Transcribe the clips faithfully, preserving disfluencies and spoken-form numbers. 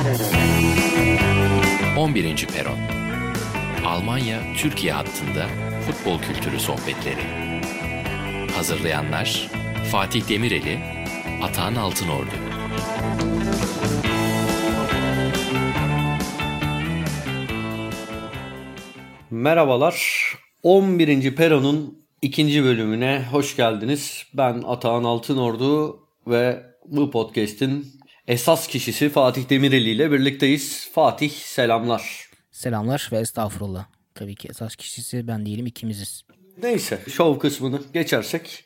on birinci Peron Almanya-Türkiye hattında futbol kültürü sohbetleri. Hazırlayanlar Fatih Demireli, Atahan Altınordu. Merhabalar, on birinci Peron'un ikinci bölümüne hoş geldiniz. Ben Atahan Altınordu ve bu podcast'in esas kişisi Fatih Demireli ile birlikteyiz. Fatih, selamlar. Selamlar ve estağfurullah. Tabii ki esas kişisi ben değilim, ikimiziz. Neyse, şov kısmını geçersek,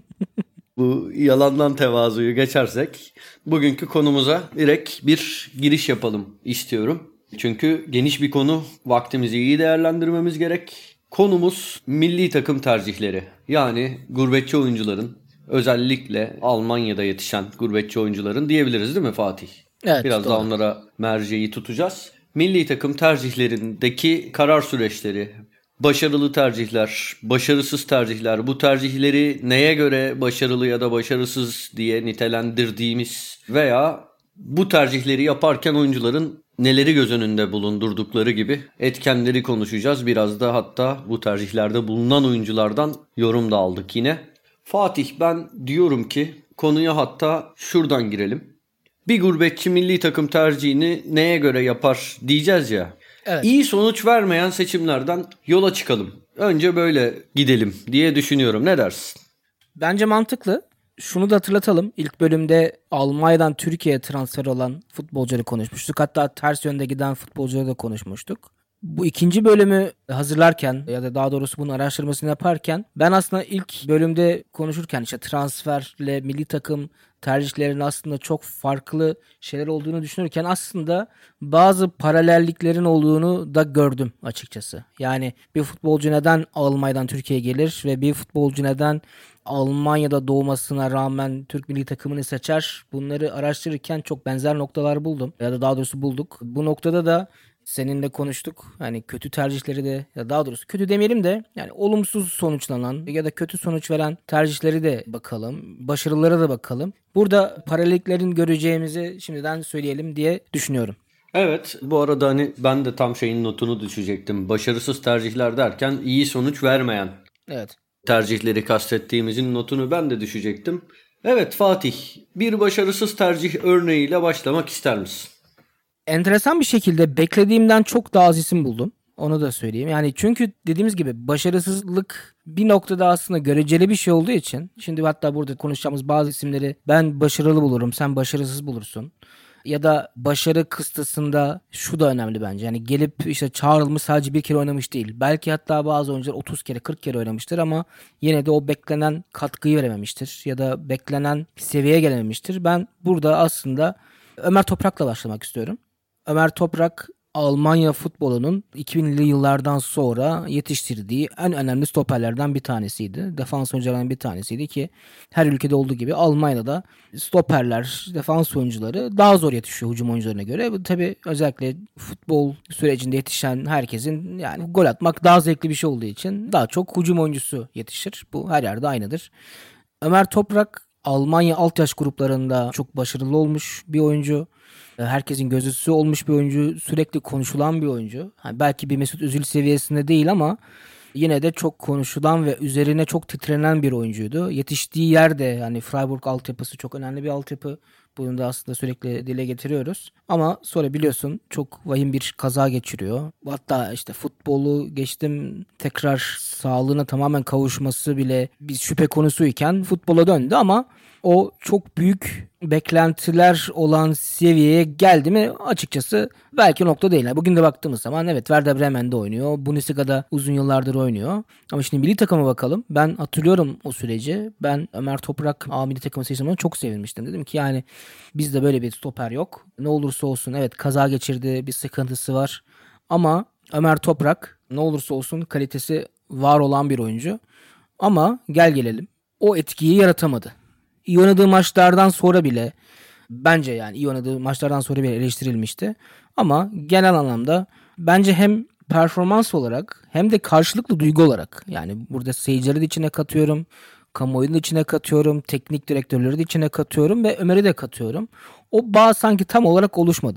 bu yalandan tevazuyu geçersek, bugünkü konumuza direkt bir giriş yapalım istiyorum. Çünkü geniş bir konu, vaktimizi iyi değerlendirmemiz gerek. Konumuz milli takım tercihleri. Yani gurbetçi oyuncuların, özellikle Almanya'da yetişen gurbetçi oyuncuların diyebiliriz değil mi Fatih? Evet, Biraz doğru. daha onlara merceği tutacağız. Milli takım tercihlerindeki karar süreçleri, başarılı tercihler, başarısız tercihler, bu tercihleri neye göre başarılı ya da başarısız diye nitelendirdiğimiz veya bu tercihleri yaparken oyuncuların neleri göz önünde bulundurdukları gibi etkenleri konuşacağız. Biraz da hatta bu tercihlerde bulunan oyunculardan yorum da aldık yine. Fatih, ben diyorum ki konuya hatta şuradan girelim. Bir gurbetçi milli takım tercihini neye göre yapar diyeceğiz ya. Evet. İyi sonuç vermeyen seçimlerden yola çıkalım. Önce böyle gidelim diye düşünüyorum. Ne dersin? Bence mantıklı. Şunu da hatırlatalım. İlk bölümde Almanya'dan Türkiye'ye transfer olan futbolcuları konuşmuştuk. Hatta ters yönde giden futbolcuları da konuşmuştuk. Bu ikinci bölümü hazırlarken ya da daha doğrusu bunun araştırmasını yaparken ben aslında ilk bölümde konuşurken işte transferle milli takım tercihlerinin aslında çok farklı şeyler olduğunu düşünürken aslında bazı paralelliklerin olduğunu da gördüm açıkçası. Yani bir futbolcu neden Almanya'dan Türkiye'ye gelir ve bir futbolcu neden Almanya'da doğmasına rağmen Türk milli takımını seçer? Bunları araştırırken çok benzer noktalar buldum ya da daha doğrusu bulduk. Bu noktada da seninle konuştuk. Hani kötü tercihleri de ya daha doğrusu kötü demeyelim de yani olumsuz sonuçlanan ya da kötü sonuç veren tercihleri de bakalım. Başarılara da bakalım. Burada paralelliklerin göreceğimizi şimdiden söyleyelim diye düşünüyorum. Evet, bu arada hani ben de tam şeyin notunu düşecektim. Başarısız tercihler derken iyi sonuç vermeyen Evet. tercihleri kastettiğimizin notunu ben de düşecektim. Evet Fatih, bir başarısız tercih örneğiyle başlamak ister misin? Enteresan bir şekilde beklediğimden çok daha az isim buldum. Onu da söyleyeyim. Yani çünkü dediğimiz gibi başarısızlık bir noktada aslında göreceli bir şey olduğu için şimdi hatta burada konuşacağımız bazı isimleri ben başarılı bulurum, sen başarısız bulursun. Ya da başarı kıstasında şu da önemli bence. Yani gelip işte çağrılmış sadece bir kere oynamış değil. Belki hatta bazı oyuncular otuz kere kırk kere oynamıştır ama yine de o beklenen katkıyı verememiştir. Ya da beklenen seviyeye gelememiştir. Ben burada aslında Ömer Toprak'la başlamak istiyorum. Ömer Toprak Almanya futbolunun iki binli yıllardan sonra yetiştirdiği en önemli stoperlerden bir tanesiydi. Defans oyuncularından bir tanesiydi ki her ülkede olduğu gibi Almanya'da da stoperler, defans oyuncuları daha zor yetişiyor hücum oyuncularına göre. Bu tabii özellikle futbol sürecinde yetişen herkesin yani gol atmak daha zevkli bir şey olduğu için daha çok hücum oyuncusu yetişir. Bu her yerde aynıdır. Ömer Toprak Almanya alt yaş gruplarında çok başarılı olmuş bir oyuncu. Herkesin gözüsü olmuş bir oyuncu, sürekli konuşulan bir oyuncu. Yani belki bir Mesut Özil seviyesinde değil ama yine de çok konuşulan ve üzerine çok titrenen bir oyuncuydu. Yetiştiği yerde yani Freiburg altyapısı çok önemli bir altyapı. Bunu da aslında sürekli dile getiriyoruz. Ama sonra biliyorsun çok vahim bir kaza geçiriyor. Hatta işte futbolu geçtim tekrar sağlığına tamamen kavuşması bile bir şüphe konusuyken futbola döndü ama o çok büyük beklentiler olan seviyeye geldi mi açıkçası belki nokta değil. Yani bugün de baktığımız zaman evet Werder Bremen'de oynuyor. Bundesliga'da uzun yıllardır oynuyor. Ama şimdi milli takıma bakalım. Ben hatırlıyorum o süreci. Ben Ömer Toprak A milli takımı seçimlerine çok sevinmiştim. Dedim ki yani bizde böyle bir stoper yok. Ne olursa olsun evet kaza geçirdi, bir sıkıntısı var. Ama Ömer Toprak ne olursa olsun kalitesi var olan bir oyuncu. Ama gel gelelim o etkiyi yaratamadı. İyi oynadığı maçlardan sonra bile bence yani iyi oynadığı maçlardan sonra bile eleştirilmişti. Ama genel anlamda bence hem performans olarak hem de karşılıklı duygu olarak yani burada seyircileri de içine katıyorum. Kamuoyunu da içine katıyorum. Teknik direktörleri de içine katıyorum ve Ömer'i de katıyorum. O bağ sanki tam olarak oluşmadı.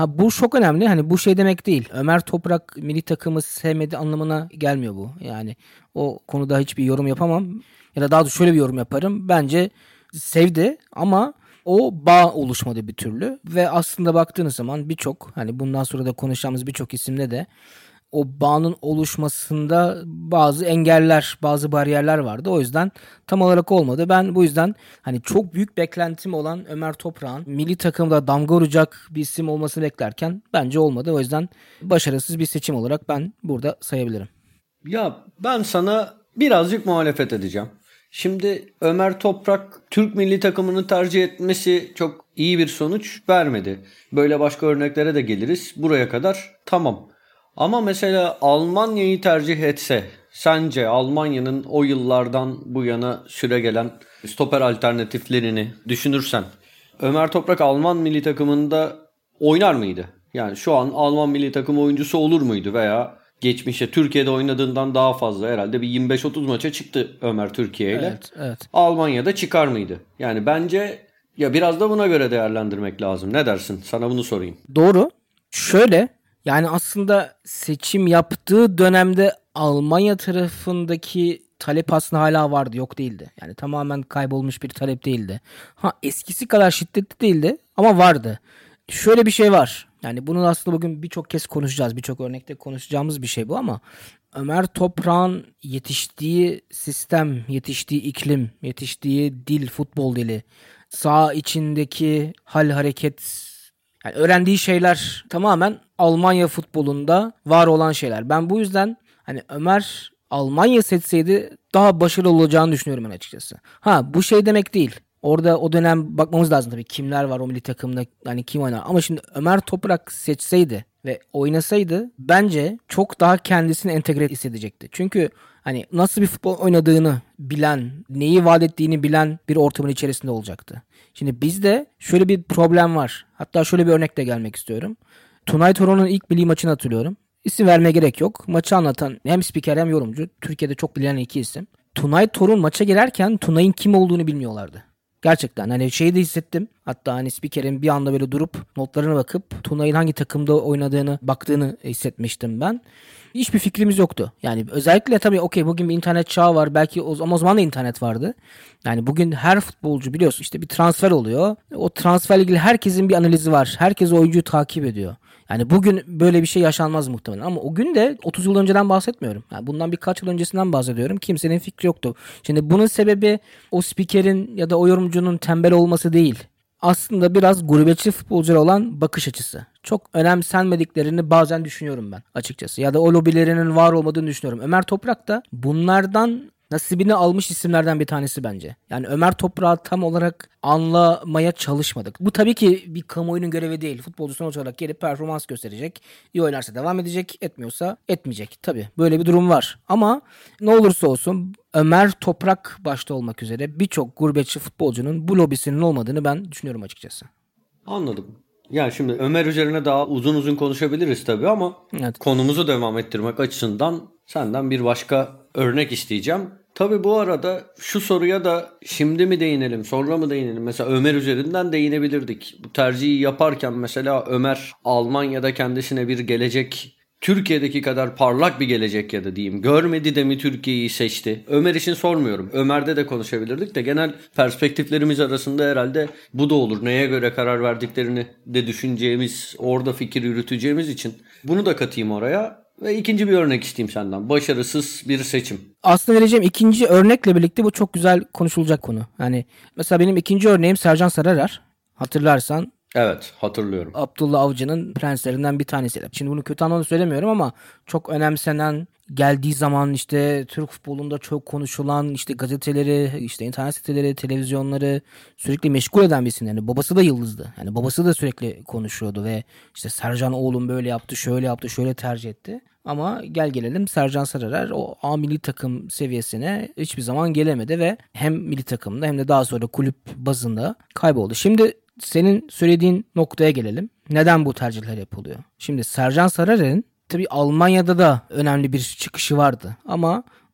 Ha bu çok önemli. Hani bu şey demek değil. Ömer Toprak milli takımı sevmedi anlamına gelmiyor bu. Yani o konuda hiçbir yorum yapamam. Ya da daha doğrusu şöyle bir yorum yaparım. Bence sevdi ama o bağ oluşmadı bir türlü. Ve aslında baktığınız zaman birçok, hani bundan sonra da konuşacağımız birçok isimde de o bağın oluşmasında bazı engeller, bazı bariyerler vardı. O yüzden tam olarak olmadı. Ben bu yüzden hani çok büyük beklentim olan Ömer Toprak'ın milli takımda damga vuracak bir isim olmasını beklerken bence olmadı. O yüzden başarısız bir seçim olarak ben burada sayabilirim. Ya ben sana birazcık muhalefet edeceğim. Şimdi Ömer Toprak Türk milli takımını tercih etmesi çok iyi bir sonuç vermedi. Böyle başka örneklere de geliriz. Buraya kadar tamam. Ama mesela Almanya'yı tercih etse, sence Almanya'nın o yıllardan bu yana süregelen stoper alternatiflerini düşünürsen Ömer Toprak Alman milli takımında oynar mıydı? Yani şu an Alman milli takım oyuncusu olur muydu veya geçmişte Türkiye'de oynadığından daha fazla herhalde bir yirmi beş otuz maça çıktı Ömer Türkiye ile. Evet, evet. Almanya'da çıkar mıydı? Yani bence ya biraz da buna göre değerlendirmek lazım. Ne dersin? Sana bunu sorayım. Doğru. Şöyle, yani aslında seçim yaptığı dönemde Almanya tarafındaki talep aslında hala vardı, yok değildi. Yani tamamen kaybolmuş bir talep değildi. Ha, eskisi kadar şiddetli değildi ama vardı. Şöyle bir şey var. Yani bunu aslında bugün birçok kez konuşacağız. Birçok örnekte konuşacağımız bir şey bu ama Ömer Toprak'ın yetiştiği sistem, yetiştiği iklim, yetiştiği dil, futbol dili, saha içindeki hal hareket, yani öğrendiği şeyler tamamen Almanya futbolunda var olan şeyler. Ben bu yüzden hani Ömer Almanya seçseydi daha başarılı olacağını düşünüyorum ben açıkçası. Ha bu şey demek değil. Orada o dönem bakmamız lazım tabii. Kimler var o milli takımda, yani kim oynar. Ama şimdi Ömer Toprak seçseydi ve oynasaydı bence çok daha kendisini entegre hissedecekti. Çünkü hani nasıl bir futbol oynadığını bilen, neyi vaat ettiğini bilen bir ortamın içerisinde olacaktı. Şimdi bizde şöyle bir problem var. Hatta şöyle bir örnekle gelmek istiyorum. Tunay Toron'un ilk milli maçını hatırlıyorum. İsim vermeye gerek yok. Maçı anlatan hem spiker hem yorumcu. Türkiye'de çok bilinen iki isim. Tunay Torun maça girerken Tunay'ın kim olduğunu bilmiyorlardı. Gerçekten hani şeyi de hissettim. Hatta hani spikerin bir anda böyle durup notlarına bakıp Tunay'ın hangi takımda oynadığını baktığını hissetmiştim ben. Hiçbir fikrimiz yoktu. Yani özellikle tabii okey bugün bir internet çağı var. Belki o, ama o zaman da internet vardı. Yani bugün her futbolcu biliyorsun işte bir transfer oluyor. O transferle ilgili herkesin bir analizi var. Herkes oyuncuyu takip ediyor. Yani bugün böyle bir şey yaşanmaz muhtemelen. Ama o gün de otuz yıl önceden bahsetmiyorum. Yani bundan birkaç yıl öncesinden bahsediyorum. Kimsenin fikri yoktu. Şimdi bunun sebebi o spikerin ya da o yorumcunun tembel olması değil. Aslında biraz gurbetçi futbolculara olan bakış açısı. Çok önemsenmediklerini bazen düşünüyorum ben açıkçası. Ya da o lobilerinin var olmadığını düşünüyorum. Ömer Toprak da bunlardan nasibini almış isimlerden bir tanesi bence. Yani Ömer Toprak'ı tam olarak anlamaya çalışmadık. Bu tabii ki bir kamuoyunun görevi değil. Futbolcu sonuç olarak gelip performans gösterecek. İyi oynarsa devam edecek, etmiyorsa etmeyecek. Tabii böyle bir durum var. Ama ne olursa olsun Ömer Toprak başta olmak üzere birçok gurbetçi futbolcunun bu lobisinin olmadığını ben düşünüyorum açıkçası. Anladım. Yani şimdi Ömer üzerine daha uzun uzun konuşabiliriz tabii ama evet, konumuzu devam ettirmek açısından senden bir başka örnek isteyeceğim. Tabii bu arada şu soruya da şimdi mi değinelim, sonra mı değinelim? Mesela Ömer üzerinden değinebilirdik. Bu tercihi yaparken mesela Ömer Almanya'da kendisine bir gelecek, Türkiye'deki kadar parlak bir gelecek ya da diyeyim görmedi de mi Türkiye'yi seçti? Ömer için sormuyorum. Ömer'de de konuşabilirdik de genel perspektiflerimiz arasında herhalde bu da olur. Neye göre karar verdiklerini de düşüneceğimiz, orada fikir yürüteceğimiz için bunu da katayım oraya. Ve ikinci bir örnek isteyeyim senden. Başarısız bir seçim. Aslında vereceğim ikinci örnekle birlikte bu çok güzel konuşulacak konu. Yani mesela benim ikinci örneğim Sercan Sararer. Hatırlarsan. Evet, hatırlıyorum. Abdullah Avcı'nın prenslerinden bir tanesi. Şimdi bunu kötü anlamda söylemiyorum ama çok önemsenen, geldiği zaman işte Türk futbolunda çok konuşulan, işte gazeteleri, işte internet siteleri, televizyonları sürekli meşgul eden bir isim. Yani babası da yıldızdı. Yani babası da sürekli konuşuyordu ve işte Sercan oğlum böyle yaptı, şöyle yaptı, şöyle tercih etti. Ama gel gelelim Sercan Sararer o A milli takım seviyesine hiçbir zaman gelemedi ve hem milli takımda hem de daha sonra kulüp bazında kayboldu. Şimdi senin söylediğin noktaya gelelim. Neden bu tercihler yapılıyor? Şimdi Sercan Sararer'in tabii Almanya'da da önemli bir çıkışı vardı. Ama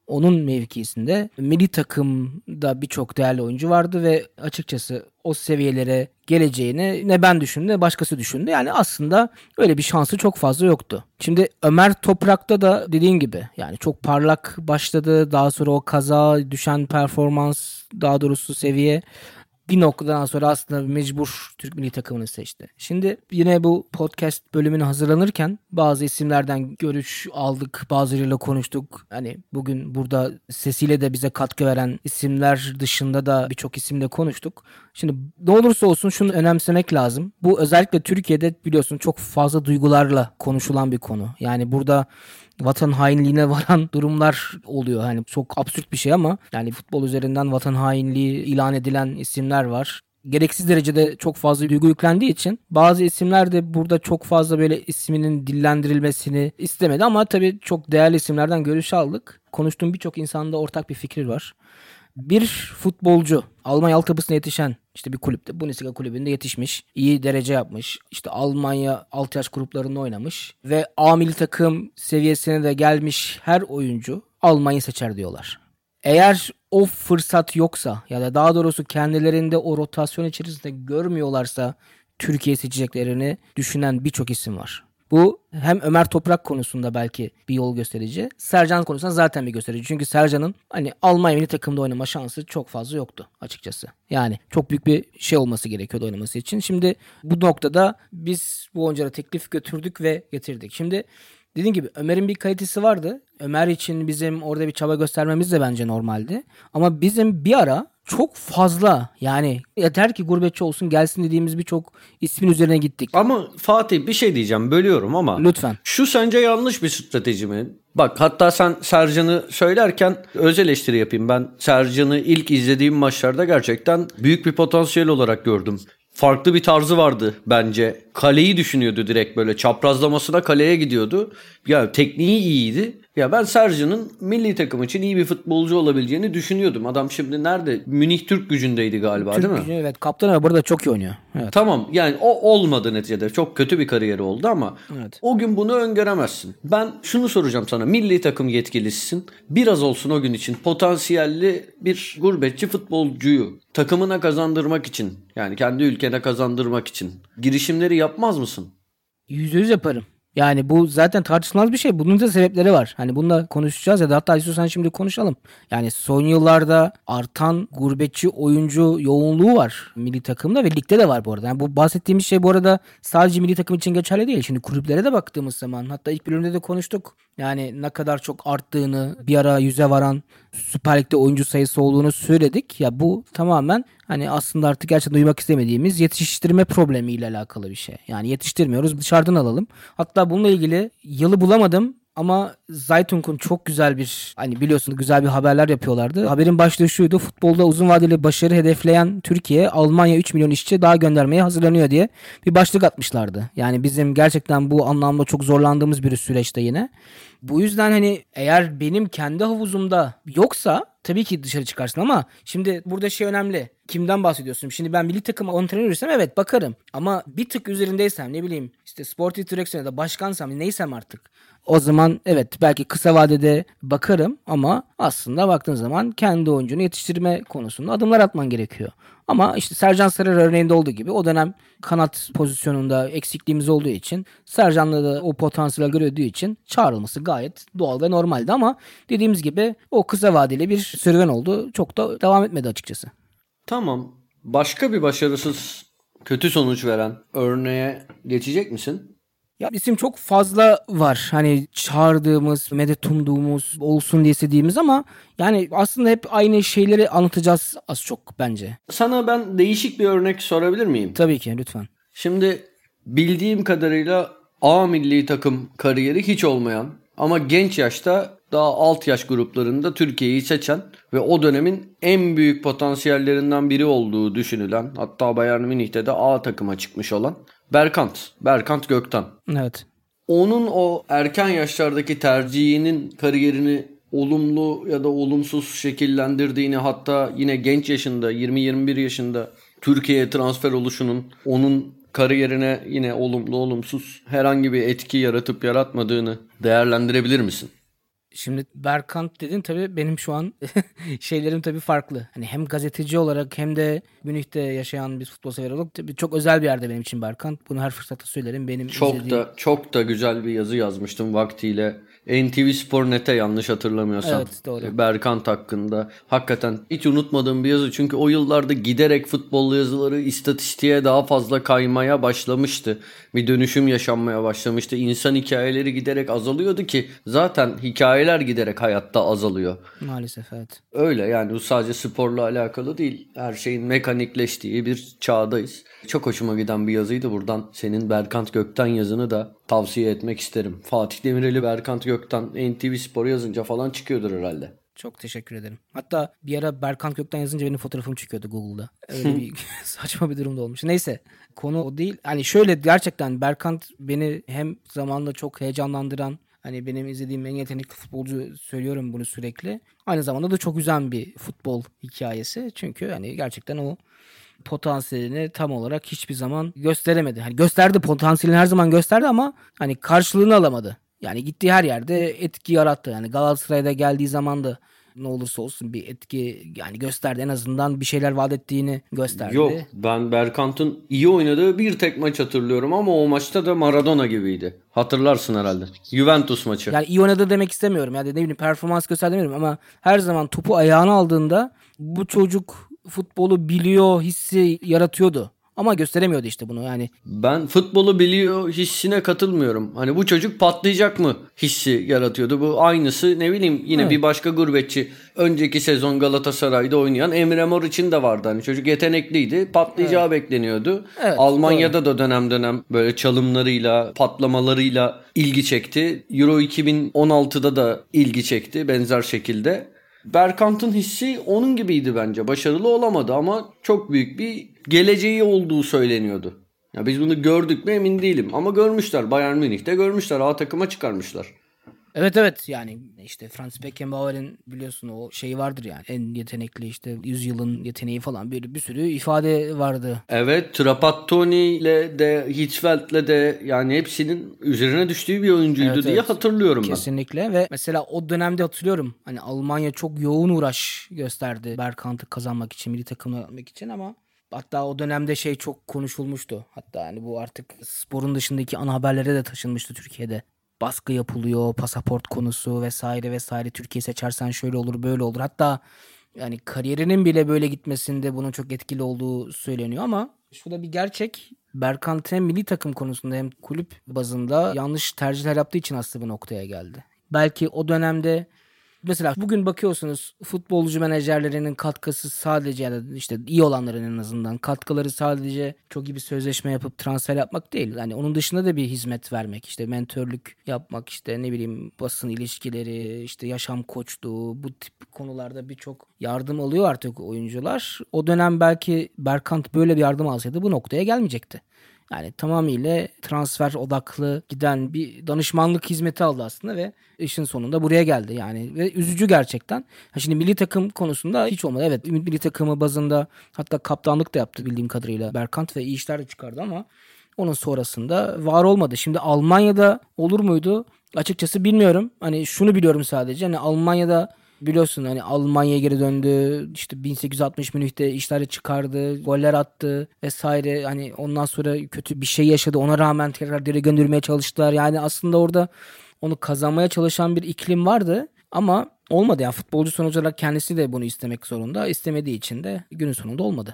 onun mevkisinde. Milli takımda birçok değerli oyuncu vardı ve açıkçası o seviyelere geleceğini ne ben düşündüm ne başkası düşündü. Yani aslında öyle bir şansı çok fazla yoktu. Şimdi Ömer Toprak'ta da dediğin gibi yani çok parlak başladı. Daha sonra o kaza, düşen performans, daha doğrusu seviye bir noktadan sonra aslında mecbur Türk milli takımını seçti. Şimdi yine bu podcast bölümünü hazırlanırken bazı isimlerden görüş aldık, bazılarıyla konuştuk. Hani bugün burada sesiyle de bize katkı veren isimler dışında da birçok isimle konuştuk. Şimdi ne olursa olsun şunu önemsemek lazım. Bu özellikle Türkiye'de biliyorsun çok fazla duygularla konuşulan bir konu. Yani burada vatan hainliğine varan durumlar oluyor. Hani çok absürt bir şey ama yani futbol üzerinden vatan hainliği ilan edilen isimler var. Gereksiz derecede çok fazla duygu yüklendiği için bazı isimler de burada çok fazla böyle isminin dillendirilmesini istemedi ama tabii çok değerli isimlerden görüş aldık. Konuştuğum birçok insanda ortak bir fikir var. Bir futbolcu Almanya altyapısına yetişen işte bir kulüpte, Bundesliga kulübünde yetişmiş, iyi derece yapmış, işte Almanya alt yaş gruplarında oynamış ve A milli takım seviyesine de gelmiş her oyuncu Almanya seçer diyorlar. Eğer o fırsat yoksa ya da daha doğrusu kendilerinde o rotasyon içerisinde görmüyorlarsa Türkiye seçeceklerini düşünen birçok isim var. Bu hem Ömer Toprak konusunda belki bir yol gösterici. Sercan konusunda zaten bir gösterici. Çünkü Sercan'ın hani Almanya milli takımda oynama şansı çok fazla yoktu açıkçası. Yani çok büyük bir şey olması gerekiyordu oynaması için. Şimdi bu noktada biz bu oyunculara teklif götürdük ve getirdik. Şimdi dediğim gibi Ömer'in bir kalitesi vardı. Ömer için bizim orada bir çaba göstermemiz de bence normaldi. Ama bizim bir ara çok fazla yani yeter ki gurbetçi olsun gelsin dediğimiz birçok ismin üzerine gittik. Ama Fatih bir şey diyeceğim, bölüyorum ama. Lütfen. Şu sence yanlış bir strateji mi? Bak hatta sen Sercan'ı söylerken öz eleştiri yapayım. Ben Sercan'ı ilk izlediğim maçlarda gerçekten büyük bir potansiyel olarak gördüm. Farklı bir tarzı vardı bence. Kaleyi düşünüyordu direkt, böyle çaprazlamasına kaleye gidiyordu. Ya tekniği iyiydi. Ya ben Sercan'ın milli takım için iyi bir futbolcu olabileceğini düşünüyordum. Adam şimdi nerede? Münih Türk Gücü'ndeydi galiba, Türk değil mi? Gücü, evet, kaptan ama burada çok iyi oynuyor. Evet. Tamam yani o olmadı neticede. Çok kötü bir kariyeri oldu ama Evet. o gün bunu öngöremezsin. Ben şunu soracağım sana. Milli takım yetkilisisin. Biraz olsun o gün için potansiyelli bir gurbetçi futbolcuyu takımına kazandırmak için, yani kendi ülkene kazandırmak için girişimleri yapmaz mısın? Yüzde yüz yaparım. Yani bu zaten tartışılmaz bir şey. Bunun da sebepleri var. Hani bununla konuşacağız ya da hatta istiyorsan şimdi konuşalım. Yani son yıllarda artan gurbetçi oyuncu yoğunluğu var milli takımda ve ligde de var bu arada. Yani bu bahsettiğimiz şey bu arada sadece milli takım için geçerli değil. Şimdi kulüplere de baktığımız zaman hatta ilk bölümde de konuştuk. Yani ne kadar çok arttığını, bir ara yüze varan Süper Lig'de oyuncu sayısı olduğunu söyledik. Ya bu tamamen hani aslında artık gerçekten duymak istemediğimiz yetiştirme problemiyle alakalı bir şey. Yani yetiştirmiyoruz, dışarıdan alalım. Hatta bununla ilgili yılı bulamadım ama Zaytunk'un çok güzel bir, hani biliyorsunuz güzel bir haberler yapıyorlardı. Haberin başlığı şuydu: futbolda uzun vadeli başarı hedefleyen Türkiye, Almanya üç milyon işçi daha göndermeye hazırlanıyor diye bir başlık atmışlardı. Yani bizim gerçekten bu anlamda çok zorlandığımız bir süreçte yine. Bu yüzden hani eğer benim kendi havuzumda yoksa tabii ki dışarı çıkarsın ama şimdi burada şey önemli. Kimden bahsediyorsun? Şimdi ben milli takıma antrenörsem evet bakarım. Ama bir tık üzerindeysem, ne bileyim işte sportif direksiyon ya da başkansam, neysem artık, o zaman evet belki kısa vadede bakarım ama aslında baktığın zaman kendi oyuncunu yetiştirme konusunda adımlar atman gerekiyor. Ama işte Sercan Sarıer örneğinde olduğu gibi o dönem kanat pozisyonunda eksikliğimiz olduğu için, Sercan'la da o potansiyel gördüğü için çağrılması gayet doğal ve normaldi ama dediğimiz gibi o kısa vadeli bir serüven oldu. Çok da devam etmedi açıkçası. Tamam. Başka bir başarısız, kötü sonuç veren örneğe geçecek misin? Ya isim çok fazla var. Hani çağırdığımız, medet umduğumuz, olsun diye istediğimiz ama yani aslında hep aynı şeyleri anlatacağız az çok bence. Sana ben değişik bir örnek sorabilir miyim? Tabii ki, lütfen. Şimdi bildiğim kadarıyla A milli takım kariyeri hiç olmayan ama genç yaşta daha alt yaş gruplarında Türkiye'yi seçen ve o dönemin en büyük potansiyellerinden biri olduğu düşünülen, hatta Bayern Münih'te de A takıma çıkmış olan Berkant, Berkant Göktan. Evet. Onun o erken yaşlardaki tercihinin kariyerini olumlu ya da olumsuz şekillendirdiğini, hatta yine genç yaşında yirmi yirmi bir yaşında Türkiye'ye transfer oluşunun onun kariyerine yine olumlu olumsuz herhangi bir etki yaratıp yaratmadığını değerlendirebilir misin? Şimdi Berkant dedin, tabii benim şu an şeylerim tabii farklı. Hani hem gazeteci olarak hem de Münih'te yaşayan bir futbol sever olarak tabii çok özel bir yerde benim için Berkant. Bunu her fırsatta söylerim. Benim Çok izlediğim... da çok da güzel bir yazı yazmıştım vaktiyle. N T V Spor Net'e yanlış hatırlamıyorsam. Evet, doğru. Berkant hakkında. Hakikaten hiç unutmadığım bir yazı. Çünkü o yıllarda giderek futbol yazıları istatistiğe daha fazla kaymaya başlamıştı. Bir dönüşüm yaşanmaya başlamıştı. İnsan hikayeleri giderek azalıyordu ki zaten hikayeler giderek hayatta azalıyor. Maalesef evet. Öyle yani, bu sadece sporla alakalı değil. Her şeyin mekanikleştiği bir çağdayız. Çok hoşuma giden bir yazıydı. Buradan senin Berkant Gökten yazını da tavsiye etmek isterim. Fatih Demireli, Berkant Gökten N T V Spor yazınca falan çıkıyordur herhalde. Çok teşekkür ederim. Hatta bir ara Berkant Gökten yazınca benim fotoğrafım çıkıyordu Google'da. Öyle bir saçma bir durumda olmuş. Neyse, konu o değil. Hani şöyle, gerçekten Berkant beni hem zamanla çok heyecanlandıran, hani benim izlediğim en yetenekli futbolcu, söylüyorum bunu sürekli. Aynı zamanda da çok üzen bir futbol hikayesi. Çünkü hani gerçekten o potansiyelini tam olarak hiçbir zaman gösteremedi. Hani gösterdi, potansiyelini her zaman gösterdi ama hani karşılığını alamadı. Yani gittiği her yerde etki yarattı. Yani Galatasaray'da geldiği zaman da ne olursa olsun bir etki yani gösterdi. En azından bir şeyler vaat ettiğini gösterdi. Yok, ben Berkant'ın iyi oynadığı bir tek maç hatırlıyorum ama o maçta da Maradona gibiydi. Hatırlarsın herhalde. Juventus maçı. Yani iyi oynadı demek istemiyorum. Yani ne bileyim, performans gösterdi demiyorum ama her zaman topu ayağına aldığında bu çocuk futbolu biliyor hissi yaratıyordu. Ama gösteremiyordu işte bunu yani. Ben futbolu biliyor hissine katılmıyorum. Hani bu çocuk patlayacak mı hissi yaratıyordu. Bu aynısı, ne bileyim, yine evet. Bir başka gurbetçi. Önceki sezon Galatasaray'da oynayan Emre Mor için de vardı. Hani çocuk yetenekliydi. Patlayacağı evet. bekleniyordu. Evet, Almanya'da doğru. da dönem dönem böyle çalımlarıyla, patlamalarıyla ilgi çekti. Euro iki bin on altıda da ilgi çekti benzer şekilde. Berkant'ın hissi onun gibiydi bence. Başarılı olamadı ama çok büyük bir geleceği olduğu söyleniyordu. Ya biz bunu gördük mü emin değilim ama görmüşler. Bayern Münih'te görmüşler. A takıma çıkarmışlar. Evet evet, yani işte Franz Beckenbauer'in biliyorsun o şeyi vardır yani, en yetenekli işte yüzyılın yeteneği falan, bir bir sürü ifade vardı. Evet, Trapattoni ile de Hitzfeld'le de yani hepsinin üzerine düştüğü bir oyuncuydu evet, diye evet. hatırlıyorum ben. Kesinlikle. Ve mesela o dönemde hatırlıyorum hani Almanya çok yoğun uğraş gösterdi Berkant'ı kazanmak için, milli takımına almak için, ama hatta o dönemde şey çok konuşulmuştu. Hatta hani bu artık sporun dışındaki ana haberlere de taşınmıştı Türkiye'de. Baskı yapılıyor, pasaport konusu vesaire vesaire. Türkiye seçersen şöyle olur, böyle olur. Hatta yani kariyerinin bile böyle gitmesinde bunun çok etkili olduğu söyleniyor ama şu da bir gerçek. Berkant hem milli takım konusunda hem kulüp bazında yanlış tercihler yaptığı için aslında bu noktaya geldi. Belki o dönemde mesela bugün bakıyorsunuz futbolcu menajerlerinin katkısı sadece, yani işte iyi olanların en azından katkıları sadece çok iyi bir sözleşme yapıp transfer yapmak değil. Yani onun dışında da bir hizmet vermek, işte mentörlük yapmak, işte ne bileyim basın ilişkileri, işte yaşam koçluğu, bu tip konularda birçok yardım alıyor artık oyuncular. O dönem belki Berkant böyle bir yardım alsaydı bu noktaya gelmeyecekti. Yani tamamıyla transfer odaklı giden bir danışmanlık hizmeti aldı aslında ve işin sonunda buraya geldi. Yani ve üzücü gerçekten. Ha şimdi milli takım konusunda hiç olmadı. Evet, milli takımı bazında hatta kaptanlık da yaptı bildiğim kadarıyla Berkant ve iyi işler de çıkardı ama onun sonrasında var olmadı. Şimdi Almanya'da olur muydu? Açıkçası bilmiyorum. Hani şunu biliyorum sadece. Hani Almanya'da biliyorsun hani Almanya'ya geri döndü. İşte bin sekiz yüz altmış Münih'te işleri çıkardı. Goller attı vesaire. Hani ondan sonra kötü bir şey yaşadı. Ona rağmen tekrar geri göndermeye çalıştılar. Yani aslında orada onu kazanmaya çalışan bir iklim vardı. Ama olmadı. Yani futbolcu sonuç olarak kendisi de bunu istemek zorunda. İstemediği için de günün sonunda olmadı.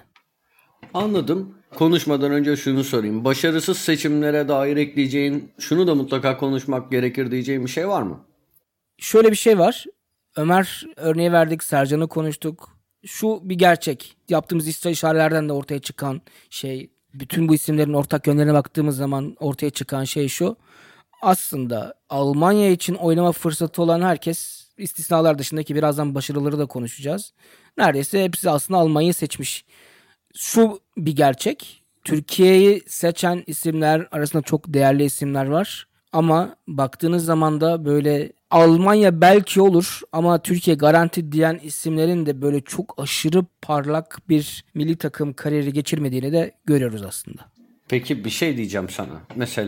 Anladım. Konuşmadan önce şunu sorayım. Başarısız seçimlere dair ekleyeceğin, şunu da mutlaka konuşmak gerekir diyeceğin bir şey var mı? Şöyle bir şey var. Ömer örneği verdik, Sercan'ı konuştuk. Şu bir gerçek. Yaptığımız istişarelerden de ortaya çıkan şey, bütün bu isimlerin ortak yönlerine baktığımız zaman ortaya çıkan şey şu. Aslında Almanya için oynama fırsatı olan herkes, istisnalar dışındaki birazdan başarıları da konuşacağız, neredeyse hepsi aslında Almanya'yı seçmiş. Şu bir gerçek. Türkiye'yi seçen isimler arasında çok değerli isimler var. Ama baktığınız zaman da böyle Almanya belki olur ama Türkiye garanti diyen isimlerin de böyle çok aşırı parlak bir milli takım kariyeri geçirmediğini de görüyoruz aslında. Peki bir şey diyeceğim sana. Mesela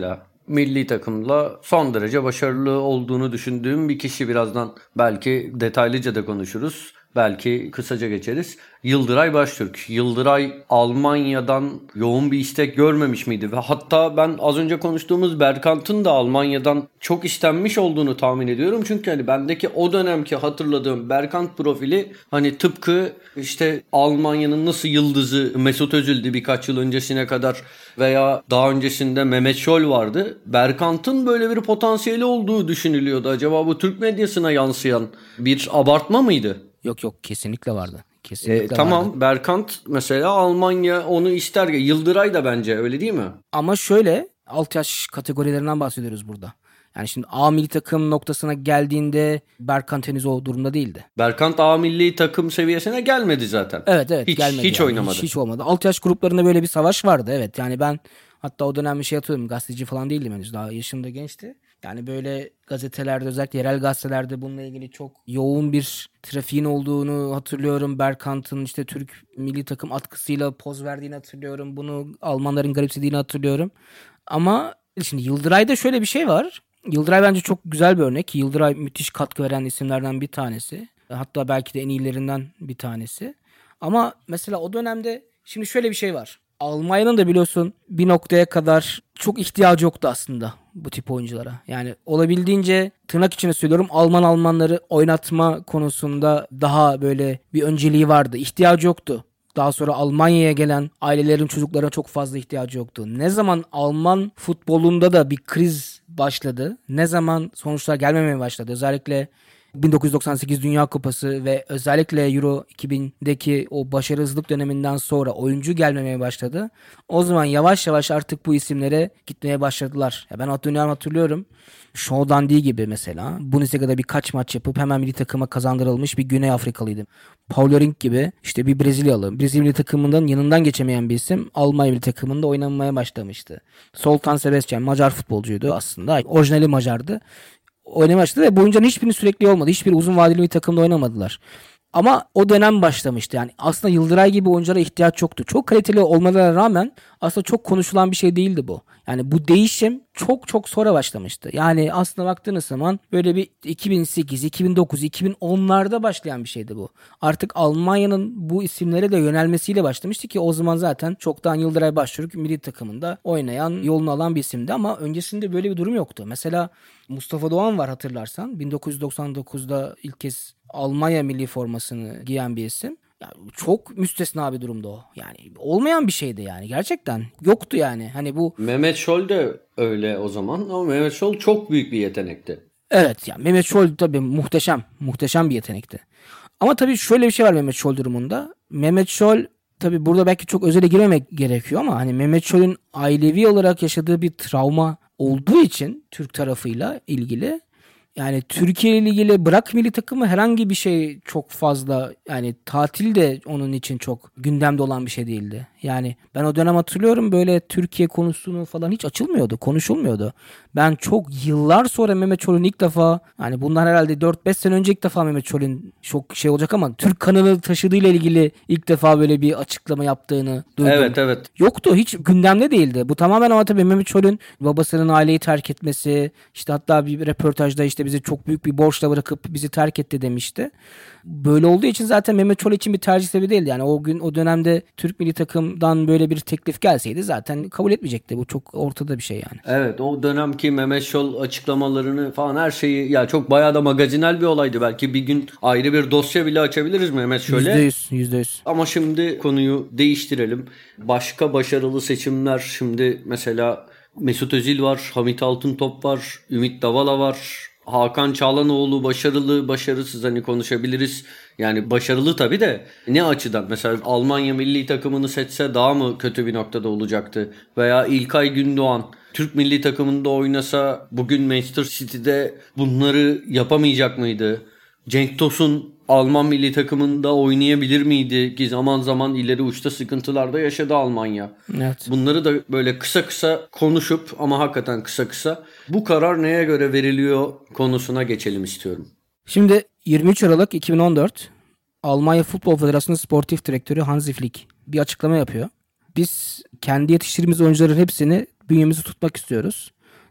milli takımla son derece başarılı olduğunu düşündüğüm bir kişi. Birazdan belki detaylıca da konuşuruz. Belki kısaca geçeriz. Yıldıray Baştürk. Yıldıray Almanya'dan yoğun bir istek görmemiş miydi? Ve hatta ben az önce konuştuğumuz Berkant'ın da Almanya'dan çok istenmiş olduğunu tahmin ediyorum. Çünkü hani bendeki o dönemki hatırladığım Berkant profili hani tıpkı işte Almanya'nın nasıl yıldızı Mesut Özil'di birkaç yıl öncesine kadar veya daha öncesinde Mehmet Scholl vardı. Berkant'ın böyle bir potansiyeli olduğu düşünülüyordu. Acaba bu Türk medyasına yansıyan bir abartma mıydı? Yok yok, kesinlikle vardı. Kesinlikle E, tamam vardı. Berkant mesela Almanya onu ister. Yıldıray da bence öyle değil mi? Ama şöyle, alt yaş kategorilerinden bahsediyoruz burada. Yani şimdi A milli takım noktasına geldiğinde Berkant henüz o durumda değildi. Berkant A milli takım seviyesine gelmedi zaten. Evet evet hiç, gelmedi. Hiç yani. oynamadı. Hiç, hiç olmadı. Alt yaş gruplarında böyle bir savaş vardı. Evet yani ben hatta o dönem bir şey hatırlıyorum. Gazeteci falan değildim henüz. Daha yaşım da gençti. Yani böyle gazetelerde, özellikle yerel gazetelerde bununla ilgili çok yoğun bir trafiğin olduğunu hatırlıyorum. Berkant'ın işte Türk milli takım atkısıyla poz verdiğini hatırlıyorum. Bunu Almanların garipsediğini hatırlıyorum. Ama şimdi Yıldıray'da şöyle bir şey var. Yıldıray bence çok güzel bir örnek. Yıldıray müthiş katkı veren isimlerden bir tanesi. Hatta belki de en iyilerinden bir tanesi. Ama mesela o dönemde şimdi şöyle bir şey var. Almanya'nın da biliyorsun bir noktaya kadar çok ihtiyacı yoktu aslında bu tip oyunculara. Yani olabildiğince tırnak içine söylüyorum, Alman Almanları oynatma konusunda daha böyle bir önceliği vardı. İhtiyacı yoktu. Daha sonra Almanya'ya gelen ailelerin çocuklara çok fazla ihtiyacı yoktu. Ne zaman Alman futbolunda da bir kriz başladı, ne zaman sonuçlar gelmemeye başladı. Özellikle bin dokuz yüz doksan sekiz Dünya Kupası ve özellikle Euro iki bindeki o başarısızlık döneminden sonra oyuncu gelmemeye başladı. O zaman yavaş yavaş artık bu isimlere gitmeye başladılar. Ya ben hatırlıyorum, hatırlıyorum. Sean Dundee gibi mesela Bundesliga'da birkaç maç yapıp hemen milli takıma kazandırılmış bir Güney Afrikalıydı. Paul Rink gibi işte bir Brezilyalı. Brezilya milli takımından yanından geçemeyen bir isim Almanya milli takımında oynamaya başlamıştı. Zoltan Sebastian Macar futbolcuydu aslında. Orijinali Macardı. Oynamaya başladı ve boyunca hiçbirinin sürekli olmadı. Hiçbir uzun vadeli bir takımda oynamadılar. Ama o dönem başlamıştı. Yani aslında Yıldıray gibi oyunculara ihtiyaç yoktu. Çok kaliteli olmalarına rağmen aslında çok konuşulan bir şey değildi bu. Yani bu değişim çok çok sonra başlamıştı. Yani aslında baktığınız zaman böyle bir iki bin sekiz, iki bin dokuz, iki bin onlarda başlayan bir şeydi bu. Artık Almanya'nın bu isimlere de yönelmesiyle başlamıştı ki o zaman zaten çoktan Yıldıray Baştürk milli takımında oynayan, yolunu alan bir isimdi ama öncesinde böyle bir durum yoktu. Mesela Mustafa Doğan var, hatırlarsan. bin dokuz yüz doksan dokuzda ilk kez Almanya milli formasını giyen bir isim. Yani çok müstesna bir durumda o. Yani olmayan bir şeydi yani. Gerçekten yoktu yani. Hani bu Mehmet Scholl de öyle o zaman ama Mehmet Scholl çok büyük bir yetenekti. Evet yani Mehmet Scholl tabii muhteşem. Muhteşem bir yetenekti. Ama tabii şöyle bir şey var Mehmet Scholl durumunda. Mehmet Scholl tabii burada belki çok özele girmemek gerekiyor ama hani Mehmet Scholl'ün ailevi olarak yaşadığı bir travma olduğu için Türk tarafıyla ilgili, yani Türkiye ile ilgili bırak milli takımı, herhangi bir şey çok fazla, yani tatil de onun için çok gündemde olan bir şey değildi. Yani ben o dönem hatırlıyorum, böyle Türkiye konusunu falan hiç açılmıyordu, konuşulmuyordu. Ben çok yıllar sonra Mehmet Scholl'ün ilk defa, yani bundan herhalde dört beş sene önce ilk defa Mehmet Scholl'ün çok şey olacak ama Türk kanını taşıdığıyla ilgili ilk defa böyle bir açıklama yaptığını duydum. Evet evet. Yoktu, hiç gündemde değildi. Bu tamamen ama tabii Mehmet Scholl'ün babasının aileyi terk etmesi, işte hatta bir röportajda işte bizi çok büyük bir borçla bırakıp bizi terk etti demişti. Böyle olduğu için zaten Mehmet Scholl için bir tercih sebebi değildi. Yani o gün o dönemde Türk milli takımdan böyle bir teklif gelseydi zaten kabul etmeyecekti. Bu çok ortada bir şey yani. Evet, o dönemki Mehmet Scholl açıklamalarını falan, her şeyi ya çok bayağı da magazinel bir olaydı. Belki bir gün ayrı bir dosya bile açabiliriz Mehmet Scholl'e. yüzde yüz, yüzde yüz. Ama şimdi konuyu değiştirelim. Başka başarılı seçimler, şimdi mesela Mesut Özil var, Hamit Altıntop var, Ümit Davala var. Hakan Çalhanoğlu başarılı, başarısız hani konuşabiliriz. Yani başarılı tabii de ne açıdan? Mesela Almanya milli takımını seçse daha mı kötü bir noktada olacaktı? Veya İlkay Gündoğan Türk milli takımında oynasa bugün Manchester City'de bunları yapamayacak mıydı? Cenk Tosun Alman milli takımında oynayabilir miydi ki zaman zaman ileri uçta sıkıntılarda yaşadı Almanya. Evet. Bunları da böyle kısa kısa konuşup, ama hakikaten kısa kısa, bu karar neye göre veriliyor konusuna geçelim istiyorum. Şimdi yirmi üç Aralık iki bin on dört Almanya Futbol Federasyonu Sportif Direktörü Hansi Flick bir açıklama yapıyor. Biz kendi yetiştirdiğimiz oyuncuların hepsini bünyemizde tutmak istiyoruz.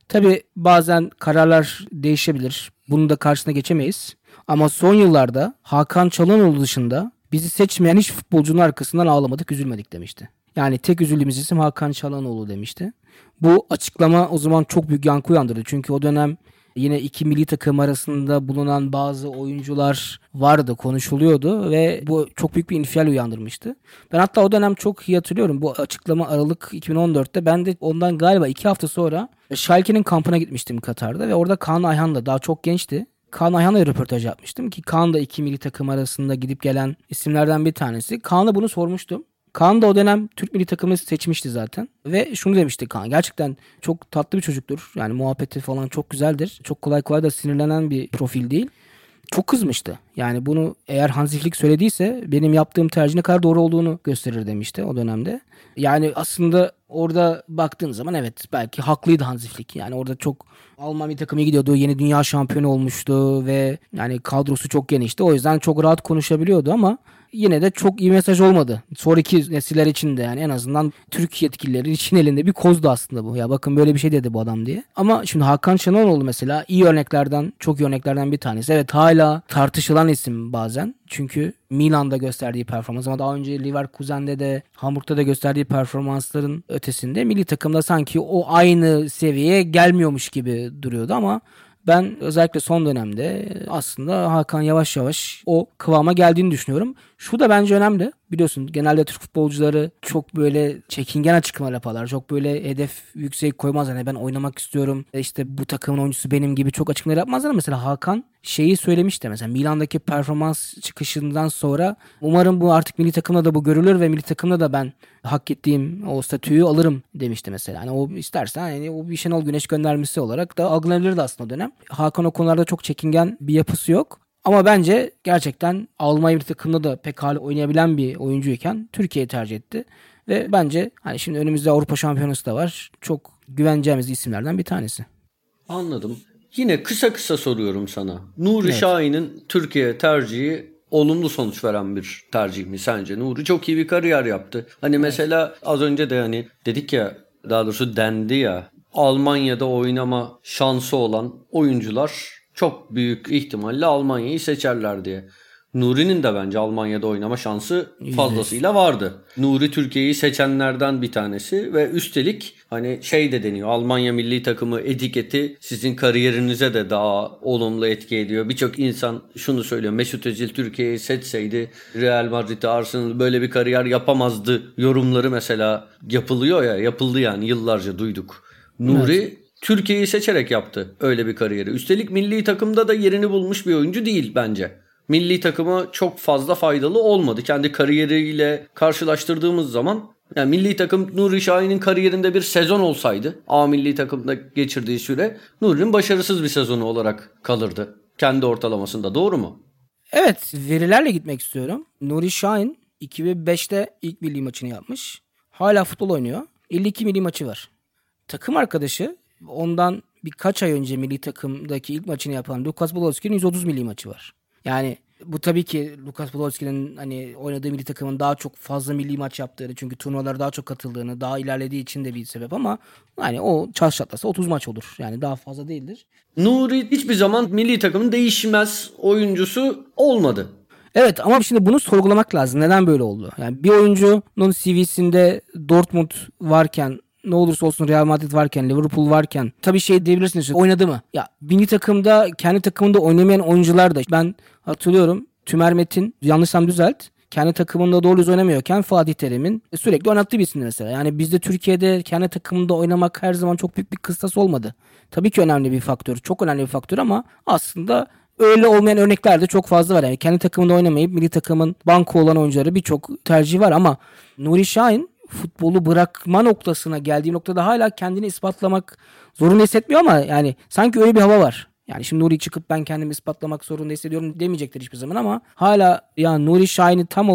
Tabii bazen kararlar değişebilir. Bunu da karşısına geçemeyiz. Ama son yıllarda Hakan Çalhanoğlu dışında bizi seçmeyen hiç futbolcunun arkasından ağlamadık, üzülmedik demişti. Yani tek üzüldüğümüz isim Hakan Çalhanoğlu demişti. Bu açıklama o zaman çok büyük yankı uyandırdı. Çünkü o dönem yine iki milli takım arasında bulunan bazı oyuncular vardı, konuşuluyordu ve bu çok büyük bir infial uyandırmıştı. Ben hatta o dönem çok iyi hatırlıyorum. Bu açıklama Aralık iki bin on dörtte ben de ondan galiba iki hafta sonra Schalke'nin kampına gitmiştim Katar'da ve orada Kaan Ayhan da daha çok gençti. Kaan Ayhan'la röportaj yapmıştım ki Kaan da iki milli takım arasında gidip gelen isimlerden bir tanesi. Kaan'a bunu sormuştum. Kaan da o dönem Türk milli takımını seçmişti zaten. Ve şunu demişti Kaan. Gerçekten çok tatlı bir çocuktur. Yani muhabbeti falan çok güzeldir. Çok kolay kolay da sinirlenen bir profil değil. Çok kızmıştı. Yani bunu eğer Hansi Flick söylediyse benim yaptığım tercih ne kadar doğru olduğunu gösterir demişti o dönemde. Yani aslında orada baktığın zaman evet belki haklıydı Hansi Flick. Yani orada çok Alman bir takımı gidiyordu. Yeni dünya şampiyonu olmuştu ve yani kadrosu çok genişti. O yüzden çok rahat konuşabiliyordu ama yine de çok iyi mesaj olmadı. Sonraki nesiller için de yani en azından Türk yetkilileri için elinde bir kozdu aslında bu. Ya bakın böyle bir şey dedi bu adam diye. Ama şimdi Hakan Çalhanoğlu mesela iyi örneklerden, çok iyi örneklerden bir tanesi. Evet hala tartışılan isim bazen. Çünkü Milan'da gösterdiği performans ama daha önce Leverkusen'de de Hamburg'da da gösterdiği performansların ötesinde milli takımda sanki o aynı seviyeye gelmiyormuş gibi duruyordu ama ben özellikle son dönemde aslında Hakan yavaş yavaş o kıvama geldiğini düşünüyorum. Şu da bence önemli. Biliyorsun genelde Türk futbolcuları çok böyle çekingen açıklamalar yaparlar. Çok böyle hedef yüksek koymazlar. Yani ben oynamak istiyorum. İşte bu takımın oyuncusu benim gibi çok açıklamalar yapmazlar. Mesela Hakan şeyi söylemişti mesela Milan'daki performans çıkışından sonra umarım bu artık milli takımda da bu görülür ve milli takımda da ben hak ettiğim o statüyü alırım demişti mesela. Yani o istersen yani o bir Şenol Güneş göndermesi olarak da algılanabilirdi aslında o dönem. Hakan o konularda çok çekingen bir yapısı yok. Ama bence gerçekten Almanya bir takımda da pekala oynayabilen bir oyuncuyken Türkiye'yi tercih etti. Ve bence hani şimdi önümüzde Avrupa Şampiyonası da var. Çok güveneceğimiz isimlerden bir tanesi. Anladım. Yine kısa kısa soruyorum sana. Nuri Evet. Şahin'in Türkiye tercihi olumlu sonuç veren bir tercih mi sence? Nuri çok iyi bir kariyer yaptı. Hani mesela az önce de hani dedik ya, daha doğrusu dendi ya, Almanya'da oynama şansı olan oyuncular çok büyük ihtimalle Almanya'yı seçerler diye. Nuri'nin de bence Almanya'da oynama şansı fazlasıyla vardı. Nuri Türkiye'yi seçenlerden bir tanesi ve üstelik hani şey de deniyor, Almanya milli takımı etiketi sizin kariyerinize de daha olumlu etki ediyor. Birçok insan şunu söylüyor, Mesut Özil Türkiye'yi seçseydi Real Madrid'e, Arsenal böyle bir kariyer yapamazdı yorumları mesela yapılıyor ya, yapıldı yani yıllarca duyduk. Nuri evet. Türkiye'yi seçerek yaptı öyle bir kariyeri. Üstelik milli takımda da yerini bulmuş bir oyuncu değil bence. Milli takıma çok fazla faydalı olmadı. Kendi kariyeriyle karşılaştırdığımız zaman yani milli takım Nuri Şahin'in kariyerinde bir sezon olsaydı, A milli takımda geçirdiği süre Nuri'nin başarısız bir sezonu olarak kalırdı. Kendi ortalamasında, doğru mu? Evet, verilerle gitmek istiyorum. Nuri Şahin iki bin beşte ilk milli maçını yapmış. Hala futbol oynuyor. elli iki milli maçı var. Takım arkadaşı ondan birkaç ay önce milli takımdaki ilk maçını yapan Lukas Podolski'nin yüz otuz milli maçı var. Yani bu tabii ki Lukas Podolski'nin hani oynadığı milli takımın daha çok fazla milli maç yaptığını, çünkü turnuvalara daha çok katıldığını, daha ilerlediği için de bir sebep ama hani o çarş çatlasa otuz maç olur. Yani daha fazla değildir. Nuri hiçbir zaman milli takımın değişmez oyuncusu olmadı. Evet ama şimdi bunu sorgulamak lazım. Neden böyle oldu? Yani bir oyuncunun C V'sinde Dortmund varken, ne olursa olsun Real Madrid varken, Liverpool varken tabii şey diyebilirsiniz, oynadı mı? Ya milli takımda, kendi takımında oynamayan oyuncular da, ben hatırlıyorum Tümer Metin, yanlışsam düzelt, kendi takımında doğru düz oynamıyorken Fatih Terim'in sürekli oynattığı bir isimdi mesela. Yani bizde Türkiye'de kendi takımında oynamak her zaman çok büyük bir kıstas olmadı. Tabii ki önemli bir faktör, çok önemli bir faktör ama aslında öyle olmayan örnekler de çok fazla var. Yani kendi takımında oynamayıp milli takımın banko olan oyuncuları birçok tercih var ama Nuri Şahin futbolu bırakma noktasına geldiği noktada hala kendini ispatlamak zorunda hissetmiyor ama yani sanki öyle bir hava var. Yani şimdi Nuri çıkıp ben kendimi ispatlamak zorunda hissediyorum demeyecektir hiçbir zaman ama hala ya Nuri Şahin'i tam olarak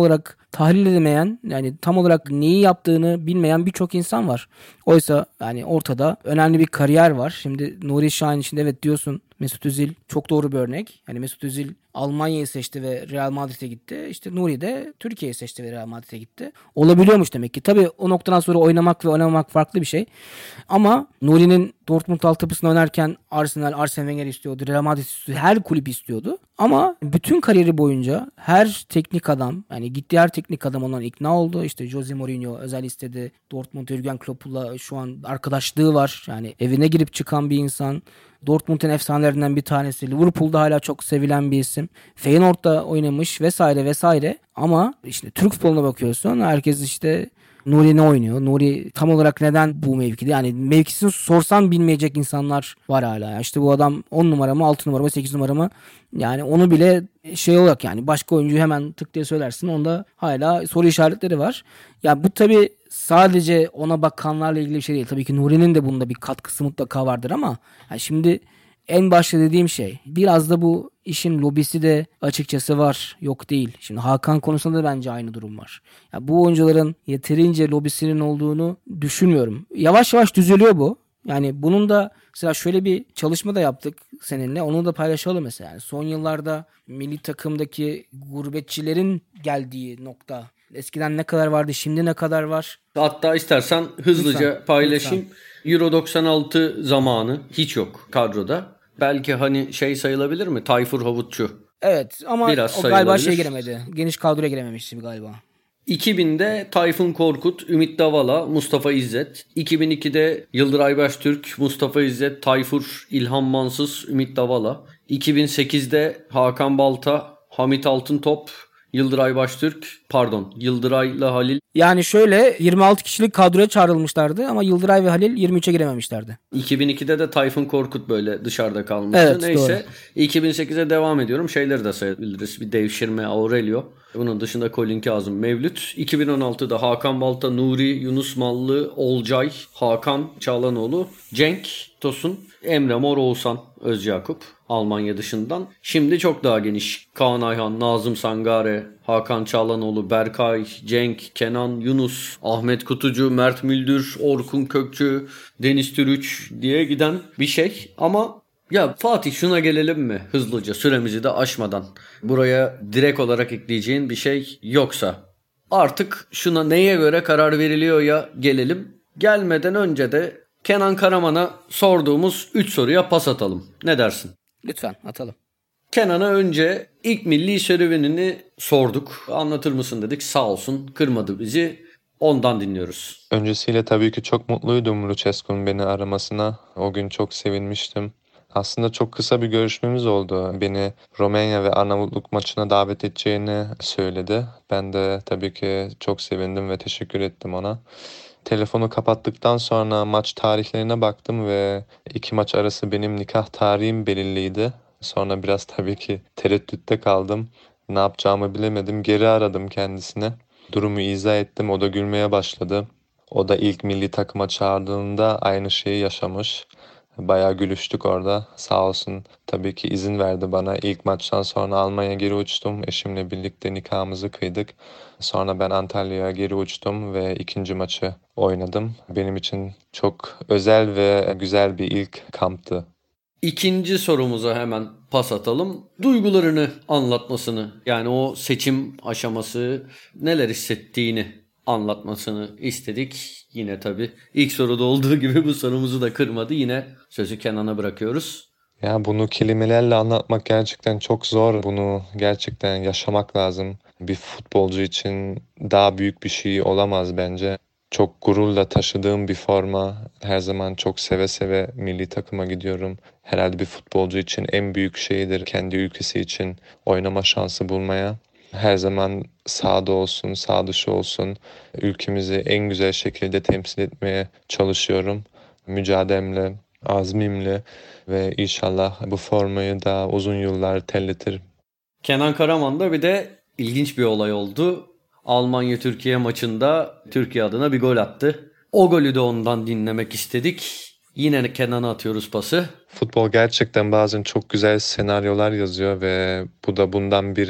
tahlil edemeyen, yani tam olarak neyi yaptığını bilmeyen birçok insan var. Oysa yani ortada önemli bir kariyer var. Şimdi Nuri Şahin için de evet diyorsun, Mesut Özil çok doğru bir örnek. Yani Mesut Özil Almanya'yı seçti ve Real Madrid'e gitti. İşte Nuri de Türkiye'yi seçti ve Real Madrid'e gitti. Olabiliyormuş demek ki. Tabii o noktadan sonra oynamak ve oynamamak farklı bir şey. Ama Nuri'nin Dortmund altyapısında oynarken Arsenal, Arsene Wenger istiyordu. Real Madrid istiyordu. Her kulüp istiyordu. Ama bütün kariyeri boyunca her teknik adam, yani gittiği her teknik adam ondan ikna oldu. İşte Jose Mourinho özel istedi. Dortmund Jürgen Klopp'la şu an arkadaşlığı var. Yani evine girip çıkan bir insan. Dortmund'un efsanelerinden bir tanesi. Liverpool'da hala çok sevilen bir isim. Feyenoord'da oynamış vesaire vesaire. Ama işte Türk futboluna bakıyorsun. Herkes işte Nuri ne oynuyor? Nuri tam olarak neden bu mevkide? Yani mevkisini sorsan bilmeyecek insanlar var hala. Yani işte bu adam on numara mı, altı numara mı, sekiz numara mı? Yani onu bile şey olarak, yani başka oyuncuyu hemen tık diye söylersin. Onda hala soru işaretleri var. Ya bu tabii sadece ona bakanlarla ilgili bir şey değil. Tabii ki Nuri'nin de bunda bir katkısı mutlaka vardır ama yani şimdi en başta dediğim şey, biraz da bu işin lobisi de açıkçası var, yok değil. Şimdi Hakan konusunda da bence aynı durum var. Ya bu oyuncuların yeterince lobisinin olduğunu düşünmüyorum. Yavaş yavaş düzeliyor bu. Yani bunun da mesela şöyle bir çalışma da yaptık seninle. Onu da paylaşalım mesela. Yani son yıllarda milli takımdaki gurbetçilerin geldiği nokta. Eskiden ne kadar vardı, şimdi ne kadar var? Hatta istersen hızlıca Lütfen, paylaşayım. lütfen. Euro doksan altı zamanı hiç yok kadroda. Belki hani şey sayılabilir mi? Tayfur Havutçu. Evet ama Biraz o galiba sayılabilir. şey giremedi. Geniş kadroya girememişti galiba. iki binde Tayfun Korkut, Ümit Davala, Mustafa İzzet. iki bin ikide Yıldıray Baştürk, Mustafa İzzet, Tayfur, İlhan Mansız, Ümit Davala. iki bin sekizde Hakan Balta, Hamit Altıntop, Yıldıray Baştürk, pardon Yıldıray'la Halil. Yani şöyle yirmi altı kişilik kadroya çağrılmışlardı ama Yıldıray ve Halil yirmi üçe girememişlerdi. iki bin ikide de Tayfun Korkut böyle dışarıda kalmıştı. Evet, Neyse doğru. iki bin sekize devam ediyorum. Şeyleri de sayabiliriz. Bir devşirme Aurelio. Bunun dışında Colin Kazım, Mevlüt. iki bin on altıda Hakan Balta, Nuri, Yunus Mallı, Olcay, Hakan Çağlanoğlu, Cenk Tosun, Emre Mor, Oğuzhan Özyakup. Almanya dışından. Şimdi çok daha geniş. Kaan Ayhan, Nazım Sangare, Hakan Çağlanoğlu, Berkay, Cenk, Kenan, Yunus, Ahmet Kutucu, Mert Müldür, Orkun Kökçü, Deniz Türüç diye giden bir şey. Ama ya Fatih, şuna gelelim mi hızlıca, süremizi de aşmadan? Buraya direkt olarak ekleyeceğin bir şey yoksa artık şuna neye göre karar veriliyor ya gelelim. Gelmeden önce de Kenan Karaman'a sorduğumuz üç soruya pas atalım. Ne dersin? Lütfen atalım. Kenan'a önce ilk milli serüvenini sorduk. Anlatır mısın dedik. Sağ olsun, kırmadı bizi. Ondan dinliyoruz. Öncesiyle tabii ki çok mutluydum Lucescu'nun beni aramasına. O gün çok sevinmiştim. Aslında çok kısa bir görüşmemiz oldu. Beni Romanya ve Arnavutluk maçına davet edeceğini söyledi. Ben de tabii ki çok sevindim ve teşekkür ettim ona. Telefonu kapattıktan sonra maç tarihlerine baktım ve iki maç arası benim nikah tarihim belirliydi. Sonra biraz tabii ki tereddütte kaldım. Ne yapacağımı bilemedim. Geri aradım kendisine. Durumu izah ettim. O da gülmeye başladı. O da ilk milli takıma çağırdığında aynı şeyi yaşamış. Bayağı gülüştük orada. Sağ olsun tabii ki izin verdi bana. İlk maçtan sonra Almanya'ya geri uçtum. Eşimle birlikte nikahımızı kıydık. Sonra ben Antalya'ya geri uçtum ve ikinci maçı oynadım. Benim için çok özel ve güzel bir ilk kamptı. İkinci sorumuza hemen pas atalım. Duygularını anlatmasını, yani o seçim aşaması, neler hissettiğini anlatmasını istedik. Yine tabii ilk soruda olduğu gibi bu sorumuzu da kırmadı. Yine sözü Kenan'a bırakıyoruz. Ya bunu kelimelerle anlatmak gerçekten çok zor. Bunu gerçekten yaşamak lazım. Bir futbolcu için daha büyük bir şey olamaz bence. Çok gururla taşıdığım bir forma. Her zaman çok seve seve milli takıma gidiyorum. Herhalde bir futbolcu için en büyük şeydir kendi ülkesi için oynama şansı bulmaya. Her zaman sahada olsun, sağ dışı olsun ülkemizi en güzel şekilde temsil etmeye çalışıyorum. Mücadelemle, azmimle ve inşallah bu formayı daha uzun yıllar terletirim. Kenan Karaman'da bir de ilginç bir olay oldu. Almanya-Türkiye maçında Türkiye adına bir gol attı. O golü de ondan dinlemek istedik. Yine Kenan'a atıyoruz pası. Futbol gerçekten bazen çok güzel senaryolar yazıyor ve bu da bundan biri.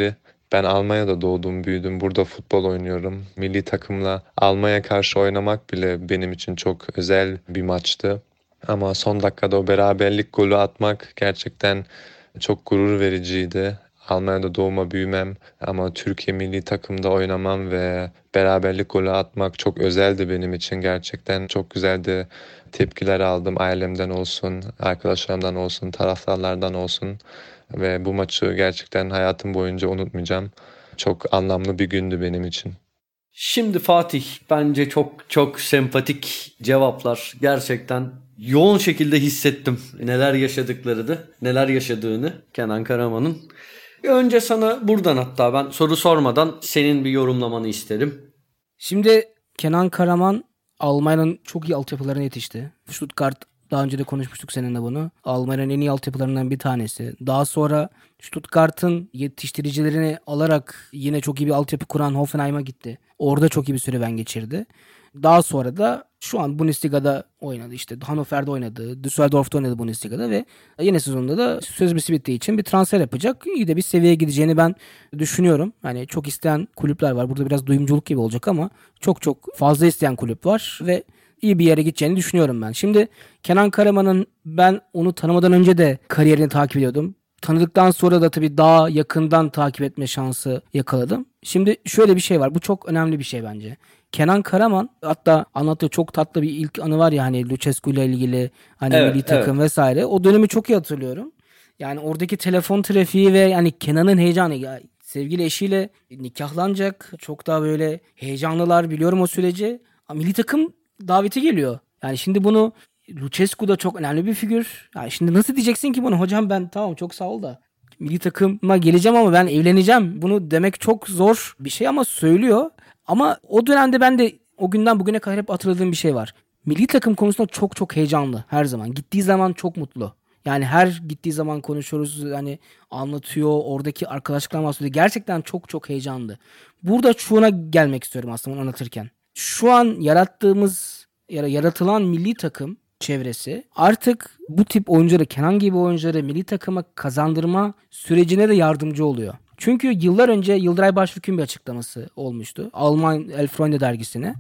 Ben Almanya'da doğdum, büyüdüm. Burada futbol oynuyorum. Milli takımla Almanya karşı oynamak bile benim için çok özel bir maçtı. Ama son dakikada o beraberlik golü atmak gerçekten çok gurur vericiydi. Almanya'da doğma büyümem ama Türkiye milli takımda oynamam ve beraberlik golü atmak çok özeldi benim için. Gerçekten çok güzeldi. Tepkiler aldım ailemden olsun, arkadaşlarımdan olsun, taraftarlardan olsun. Ve bu maçı gerçekten hayatım boyunca unutmayacağım. Çok anlamlı bir gündü benim için. Şimdi Fatih, bence çok çok sempatik cevaplar. Gerçekten yoğun şekilde hissettim neler yaşadıklarını, neler yaşadığını Kenan Karaman'ın. Önce sana buradan, hatta ben soru sormadan senin bir yorumlamanı isterim. Şimdi Kenan Karaman Almanya'nın çok iyi altyapılarına yetişti. Stuttgart, daha önce de konuşmuştuk seninle bunu. Almanya'nın en iyi altyapılarından bir tanesi. Daha sonra Stuttgart'ın yetiştiricilerini alarak yine çok iyi bir altyapı kuran Hoffenheim'a gitti. Orada çok iyi bir serüven geçirdi. Daha sonra da şu an Bundesliga'da oynadı. İşte Hannover'de oynadı, Düsseldorf'ta oynadı Bundesliga'da ve yeni sezonda da sözleşmesi bittiği için bir transfer yapacak. İyi de bir seviyeye gideceğini ben düşünüyorum. Yani çok isteyen kulüpler var. Burada biraz duyumculuk gibi olacak ama çok çok fazla isteyen kulüp var ve iyi bir yere gideceğini düşünüyorum ben. Şimdi Kenan Karaman'ın, ben onu tanımadan önce de kariyerini takip ediyordum. Tanıdıktan sonra da tabii daha yakından takip etme şansı yakaladım. Şimdi şöyle bir şey var. Bu çok önemli bir şey bence. Kenan Karaman, hatta anlattığı çok tatlı bir ilk anı var ya, hani Lucescu ile ilgili, hani Evet, milli takım evet. vesaire. O dönemi çok iyi hatırlıyorum. Yani oradaki telefon trafiği ve yani Kenan'ın heyecanı, ya sevgili eşiyle nikahlanacak. Çok daha böyle heyecanlılar, biliyorum o süreci. Ama milli takım daveti geliyor. Yani şimdi bunu, Lucescu da çok önemli bir figür. Yani şimdi nasıl diyeceksin ki bunu? Hocam ben tamam çok sağ ol da milli takıma geleceğim ama ben evleneceğim. Bunu demek çok zor bir şey ama söylüyor. Ama o dönemde ben de o günden bugüne kadar hep hatırladığım bir şey var. Milli takım konusunda çok çok heyecanlı her zaman. Gittiği zaman çok mutlu. Yani her gittiği zaman konuşuyoruz, hani anlatıyor, oradaki arkadaşlıklar bahsediyor. Gerçekten çok çok heyecanlı. Burada şuna gelmek istiyorum aslında onu anlatırken. Şu an yarattığımız, yaratılan milli takım çevresi artık bu tip oyuncuları, Kenan gibi oyuncuları milli takıma kazandırma sürecine de yardımcı oluyor. Çünkü yıllar önce Yıldıray Başbük'ün bir açıklaması olmuştu Alman Elfreunde dergisine.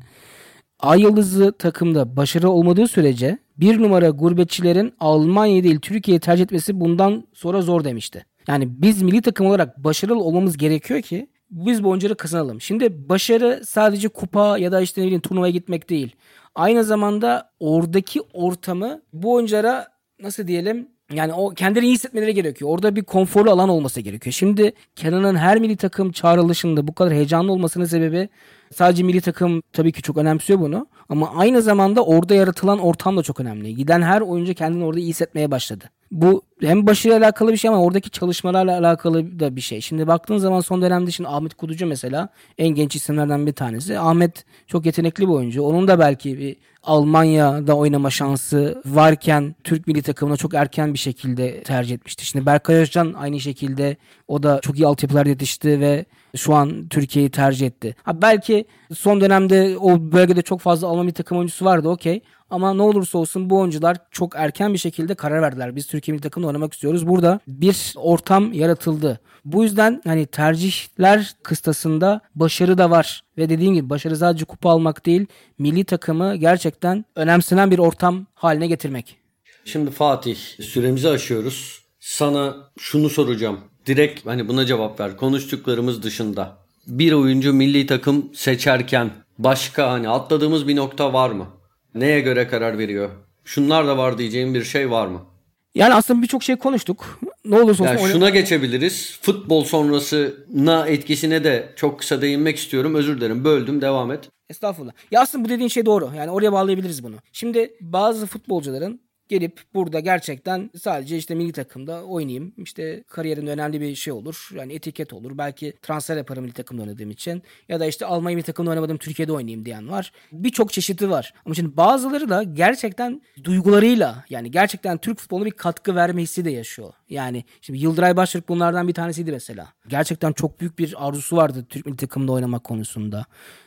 Ay Yıldızlı takımda başarı olmadığı sürece bir numara gurbetçilerin Almanya değil Türkiye'yi tercih etmesi bundan sonra zor demişti. Yani biz milli takım olarak başarılı olmamız gerekiyor ki biz bu oyuncuları kazanalım. Şimdi başarı sadece kupa ya da işte ne bileyim turnuvaya gitmek değil. Aynı zamanda oradaki ortamı bu oyunculara, nasıl diyelim, yani o kendilerini iyi hissetmeleri gerekiyor. Orada bir konforlu alan olması gerekiyor. Şimdi Kenan'ın her milli takım çağrılışında bu kadar heyecanlı olmasının sebebi, sadece milli takım tabii ki çok önemsiyor bunu. Ama aynı zamanda orada yaratılan ortam da çok önemli. Giden her oyuncu kendini orada iyi hissetmeye başladı. Bu hem başarıyla alakalı bir şey ama oradaki çalışmalarla alakalı da bir şey. Şimdi baktığın zaman son dönemde şimdi Ahmet Kuducu mesela en genç isimlerden bir tanesi. Ahmet çok yetenekli bir oyuncu. Onun da belki bir Almanya'da oynama şansı varken Türk milli takımına çok erken bir şekilde tercih etmişti. Şimdi Berkay Özcan aynı şekilde, o da çok iyi altyapılar yetişti ve şu an Türkiye'yi tercih etti. Ha belki son dönemde o bölgede çok fazla Alman milli takım oyuncusu vardı, okey. Ama ne olursa olsun bu oyuncular çok erken bir şekilde karar verdiler. Biz Türkiye milli takımda oynamak istiyoruz. Burada bir ortam yaratıldı. Bu yüzden hani tercihler kıstasında başarı da var. Ve dediğim gibi başarı sadece kupa almak değil, milli takımı gerçekten önemsenen bir ortam haline getirmek. Şimdi Fatih, süremizi aşıyoruz. Sana şunu soracağım. Direkt hani buna cevap ver. Konuştuklarımız dışında bir oyuncu milli takım seçerken başka hani atladığımız bir nokta var mı? Neye göre karar veriyor? Şunlar da var diyeceğim bir şey var mı? Yani aslında birçok şey konuştuk. Ne olursa olsun. Yani oyun... şuna geçebiliriz. Futbol sonrasına etkisine de çok kısa değinmek istiyorum. Özür dilerim, böldüm, devam et. Estağfurullah. Ya aslında bu dediğin şey doğru. Yani oraya bağlayabiliriz bunu. Şimdi bazı futbolcuların gelip burada gerçekten sadece işte milli takımda oynayayım, İşte kariyerimde önemli bir şey olur. Yani etiket olur. Belki transfer yaparım milli takımda oynadığım için. Ya da işte Almanya milli takımda oynamadım, Türkiye'de oynayayım diyen var. Birçok çeşidi var. Ama şimdi bazıları da gerçekten duygularıyla, yani gerçekten Türk futboluna bir katkı verme hissi de yaşıyor. Yani şimdi Yıldıray Başarık bunlardan bir tanesiydi mesela. Gerçekten çok büyük bir arzusu vardı Türk milli takımda oynamak konusunda.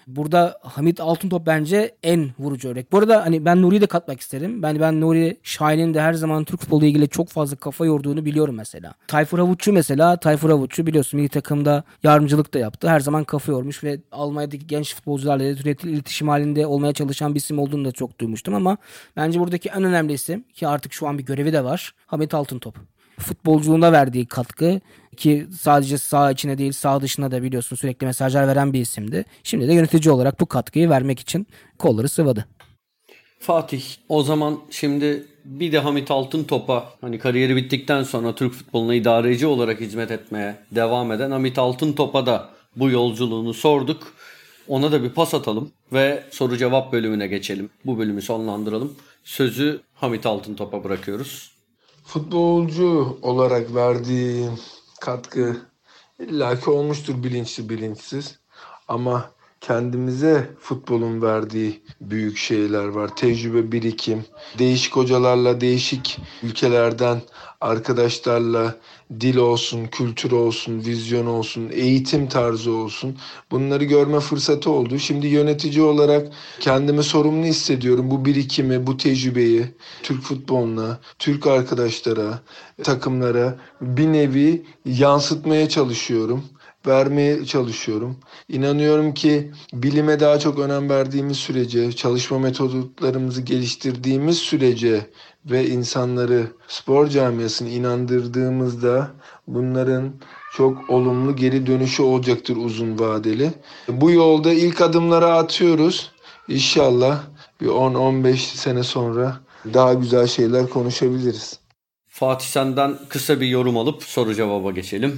Burada Hamit Altıntop bence en vurucu örnek. Bu arada hani ben Nuri'yi de katmak isterim. Ben ben Nuri Şahin'in de her zaman Türk futbolu ile ilgili çok fazla kafa yorduğunu biliyorum mesela. Tayfur Havutçu mesela, Tayfur Havutçu biliyorsun milli takımda yardımcılık da yaptı. Her zaman kafa yormuş ve Almanya'daki genç futbolcularla da sürekli iletişim halinde olmaya çalışan bir isim olduğunu da çok duymuştum ama bence buradaki en önemli isim ki artık şu an bir görevi de var. Hamit Altıntop. Futbolculuğuna verdiği katkı ki sadece saha içine değil saha dışına da biliyorsun sürekli mesajlar veren bir isimdi. Şimdi de yönetici olarak bu katkıyı vermek için kolları sıvadı. Fatih, o zaman şimdi bir de Hamit Altıntop'a hani kariyeri bittikten sonra Türk futboluna idareci olarak hizmet etmeye devam eden Hamit Altıntop'a da bu yolculuğunu sorduk. Ona da bir pas atalım ve soru cevap bölümüne geçelim. Bu bölümü sonlandıralım. Sözü Hamit Altıntop'a bırakıyoruz. Futbolcu olarak verdiği katkı illaki olmuştur bilinçli bilinçsiz. Ama kendimize futbolun verdiği büyük şeyler var. Tecrübe, birikim, değişik hocalarla, değişik ülkelerden arkadaşlarla dil olsun, kültür olsun, vizyon olsun, eğitim tarzı olsun. Bunları görme fırsatı oldu. Şimdi yönetici olarak kendimi sorumlu hissediyorum. Bu birikimi, bu tecrübeyi Türk futboluna, Türk arkadaşlara, takımlara bir nevi yansıtmaya çalışıyorum. Vermeye çalışıyorum. İnanıyorum ki bilime daha çok önem verdiğimiz sürece, çalışma metodlarımızı geliştirdiğimiz sürece ve insanları spor camiasına inandırdığımızda bunların çok olumlu geri dönüşü olacaktır uzun vadeli. Bu yolda ilk adımları atıyoruz. İnşallah bir on on beş sene sonra daha güzel şeyler konuşabiliriz. Fatih, senden kısa bir yorum alıp soru cevaba geçelim.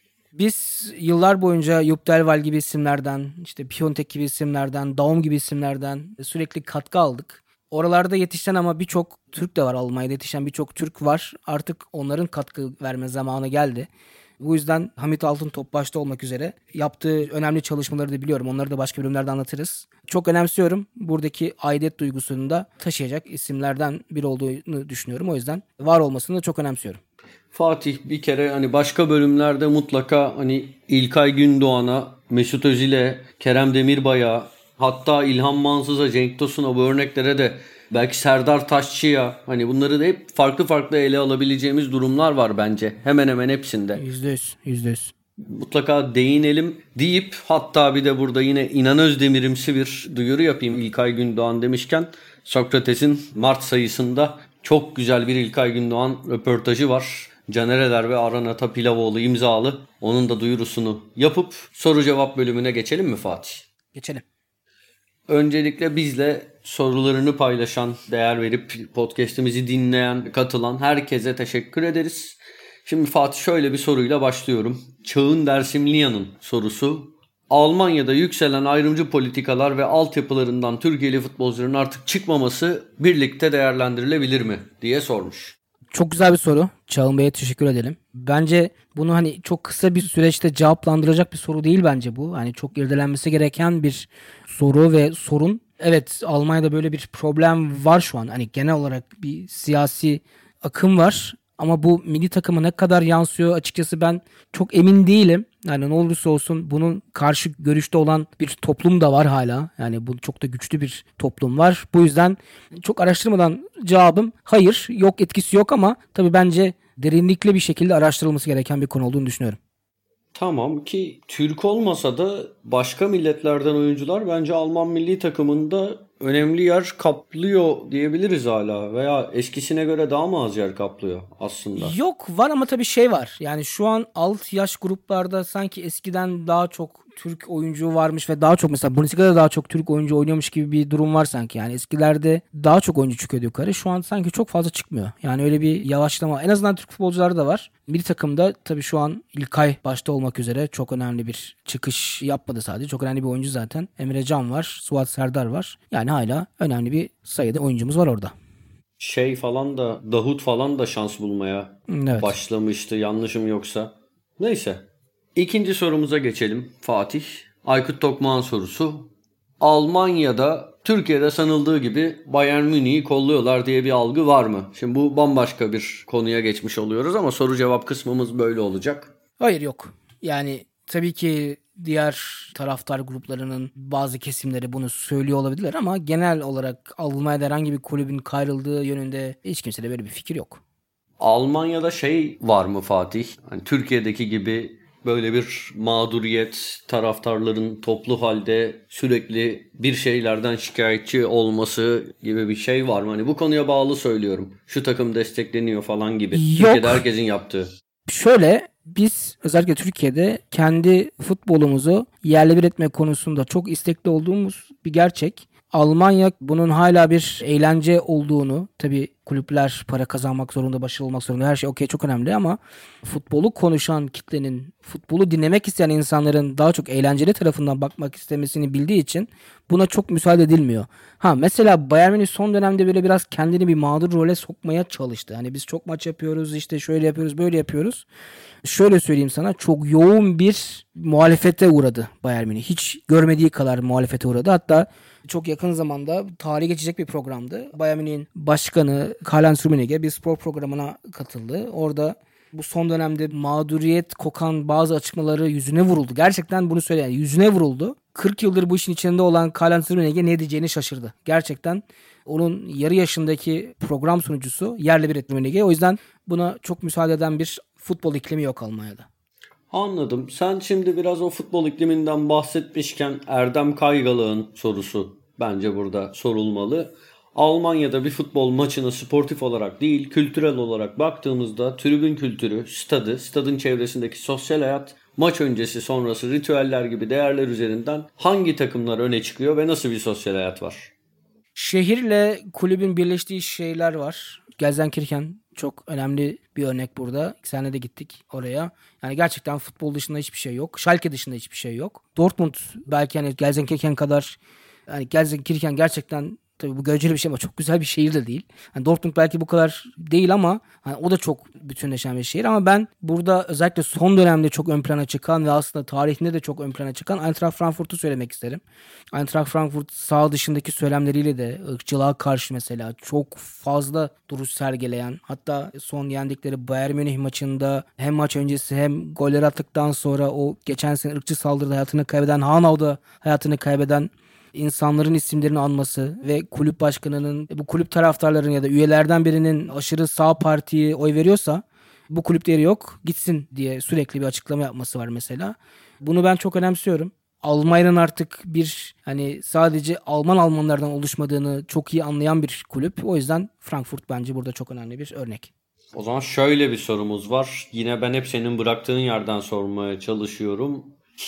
Biz yıllar boyunca Yup Delval gibi isimlerden, işte Piontek gibi isimlerden, Daum gibi isimlerden sürekli katkı aldık. Oralarda yetişen ama birçok Türk de var. Almanya'da yetişen birçok Türk var. Artık onların katkı verme zamanı geldi. Bu yüzden Hamit Altıntop başta olmak üzere yaptığı önemli çalışmaları da biliyorum. Onları da başka bölümlerde anlatırız. Çok önemsiyorum. Buradaki aidiyet duygusunu da taşıyacak isimlerden biri olduğunu düşünüyorum. O yüzden var olmasını da çok önemsiyorum. Fatih, bir kere hani başka bölümlerde mutlaka hani İlkay Gündoğan'a, Mesut Özil'e, Kerem Demirbay'a, hatta İlhan Mansız'a, Cenk Tosun'a, bu örneklere de belki Serdar Taşçı'ya, hani bunları da hep farklı farklı ele alabileceğimiz durumlar var bence. Hemen hemen hepsinde. yüzde yüz, yüzde yüz. Mutlaka değinelim deyip hatta bir de burada yine İnan Özdemir'imsi bir duyuru yapayım İlkay Gündoğan demişken. Sokrates'in Mart sayısında çok güzel bir İlkay Gündoğan röportajı var. Caner Eder ve Aran Atapilavoğlu imzalı. Onun da duyurusunu yapıp soru cevap bölümüne geçelim mi Fatih? Geçelim. Öncelikle bizle sorularını paylaşan, değer verip podcast'imizi dinleyen, katılan herkese teşekkür ederiz. Şimdi Fatih, şöyle bir soruyla başlıyorum. Çağın Dersimliyan'ın sorusu. Almanya'da yükselen ayrımcı politikalar ve altyapılarından Türkiye'li futbolcuların artık çıkmaması birlikte değerlendirilebilir mi diye sormuş. Çok güzel bir soru. Çağın Bey'e teşekkür edelim. Bence bunu hani çok kısa bir süreçte cevaplandıracak bir soru değil bence bu. Hani çok irdelenmesi gereken bir soru ve sorun. Evet, Almanya'da böyle bir problem var şu an. Hani genel olarak bir siyasi akım var. Ama bu milli takıma ne kadar yansıyor açıkçası ben çok emin değilim. Yani ne olursa olsun bunun karşı görüşte olan bir toplum da var hala. Yani bu çok da güçlü bir toplum var. Bu yüzden çok araştırmadan cevabım hayır, yok, etkisi yok ama tabii bence derinlikli bir şekilde araştırılması gereken bir konu olduğunu düşünüyorum. Tamam, ki Türk olmasa da başka milletlerden oyuncular bence Alman milli takımında önemli yer kaplıyor diyebiliriz hala, veya eskisine göre daha mı az yer kaplıyor aslında? Yok, var ama tabii şey var. Yani şu an alt yaş gruplarda sanki eskiden daha çok Türk oyuncu varmış ve daha çok mesela Bundesliga'da daha çok Türk oyuncu oynuyormuş gibi bir durum var sanki. Yani eskilerde daha çok oyuncu çıkıyordu yukarı. Şu an sanki çok fazla çıkmıyor. Yani öyle bir yavaşlama. En azından Türk futbolcularda da var. Milli takımda tabii şu an İlkay başta olmak üzere çok önemli bir çıkış yapmadı sadece. Çok önemli bir oyuncu zaten. Emre Can var. Suat Serdar var. Yani hala önemli bir sayıda oyuncumuz var orada. Şey falan da, Davut falan da şans bulmaya Evet. başlamıştı yanlışım yoksa. Neyse. İkinci sorumuza geçelim Fatih. Aykut Tokmağ'ın sorusu. Almanya'da Türkiye'de sanıldığı gibi Bayern Münih'i kolluyorlar diye bir algı var mı? Şimdi bu bambaşka bir konuya geçmiş oluyoruz ama soru cevap kısmımız böyle olacak. Hayır, yok. Yani Tabii ki diğer taraftar gruplarının bazı kesimleri bunu söylüyor olabilirler ama genel olarak Almanya'da herhangi bir kulübün kayrıldığı yönünde hiç kimsede böyle bir fikir yok. Almanya'da şey var mı Fatih? Hani Türkiye'deki gibi böyle bir mağduriyet, taraftarların toplu halde sürekli bir şeylerden şikayetçi olması gibi bir şey var mı? Hani bu konuya bağlı söylüyorum. Şu takım destekleniyor falan gibi. Yok. Türkiye'de herkesin yaptığı. Şöyle, biz özellikle Türkiye'de kendi futbolumuzu yerle bir etme konusunda çok istekli olduğumuz bir gerçek. Almanya bunun hala bir eğlence olduğunu, tabii kulüpler para kazanmak zorunda, başarılı olmak zorunda, her şey okey, çok önemli ama futbolu konuşan kitlenin, futbolu dinlemek isteyen insanların daha çok eğlenceli tarafından bakmak istemesini bildiği için buna çok müsaade edilmiyor. Ha mesela Bayern Münih son dönemde böyle biraz kendini bir mağdur role sokmaya çalıştı. Hani biz çok maç yapıyoruz, işte şöyle yapıyoruz, böyle yapıyoruz. Şöyle söyleyeyim sana, çok yoğun bir muhalefete uğradı Bayern Münih. Hiç görmediği kadar muhalefete uğradı. Hatta çok yakın zamanda tarihe geçecek bir programdı. Bayern Münih'in başkanı Karl-Heinz Rummenigge bir spor programına katıldı. Orada bu son dönemde mağduriyet kokan bazı açıklamaları yüzüne vuruldu. Gerçekten bunu söyleyen yüzüne vuruldu. kırk yıldır bu işin içinde olan Karl-Heinz Rummenigge ne diyeceğini şaşırdı. Gerçekten onun yarı yaşındaki program sunucusu yerle bir etti Rummenigge. O yüzden buna çok müsaade eden bir futbol iklimi yok Almanya'da. Anladım. Sen şimdi biraz o futbol ikliminden bahsetmişken Erdem Kaygalık'ın sorusu bence burada sorulmalı. Almanya'da bir futbol maçına sportif olarak değil, kültürel olarak baktığımızda tribün kültürü, stadı, stadın çevresindeki sosyal hayat, maç öncesi sonrası ritüeller gibi değerler üzerinden hangi takımlar öne çıkıyor ve nasıl bir sosyal hayat var? Şehirle kulübün birleştiği şeyler var. Gelsenkirchen çok önemli bir örnek burada. İki sene de gittik oraya. Yani gerçekten futbol dışında hiçbir şey yok. Schalke dışında hiçbir şey yok. Dortmund belki hani Gelsenkirchen kadar, yani Gelsenkirchen gerçekten, tabii bu göreceli bir şey ama çok güzel bir şehir de değil. Yani Dortmund belki bu kadar değil ama hani o da çok bütünleşen bir şehir. Ama ben burada özellikle son dönemde çok ön plana çıkan ve aslında tarihinde de çok ön plana çıkan Eintracht Frankfurt'u söylemek isterim. Eintracht Frankfurt sağ dışındaki söylemleriyle de ırkçılığa karşı mesela çok fazla duruş sergileyen, hatta son yendikleri Bayern Münih maçında hem maç öncesi hem golleri attıktan sonra o geçen sene ırkçı saldırıda hayatını kaybeden, Hanau'da hayatını kaybeden insanların isimlerini anması ve kulüp başkanının, bu kulüp taraftarların ya da üyelerden birinin aşırı sağ partiye oy veriyorsa bu kulüpte yeri yok, gitsin diye sürekli bir açıklama yapması var mesela. Bunu ben çok önemsiyorum. Almanya'nın artık bir hani sadece Alman Almanlardan oluşmadığını çok iyi anlayan bir kulüp. O yüzden Frankfurt bence burada çok önemli bir örnek. O zaman şöyle bir sorumuz var. Yine ben hep senin bıraktığın yerden sormaya çalışıyorum.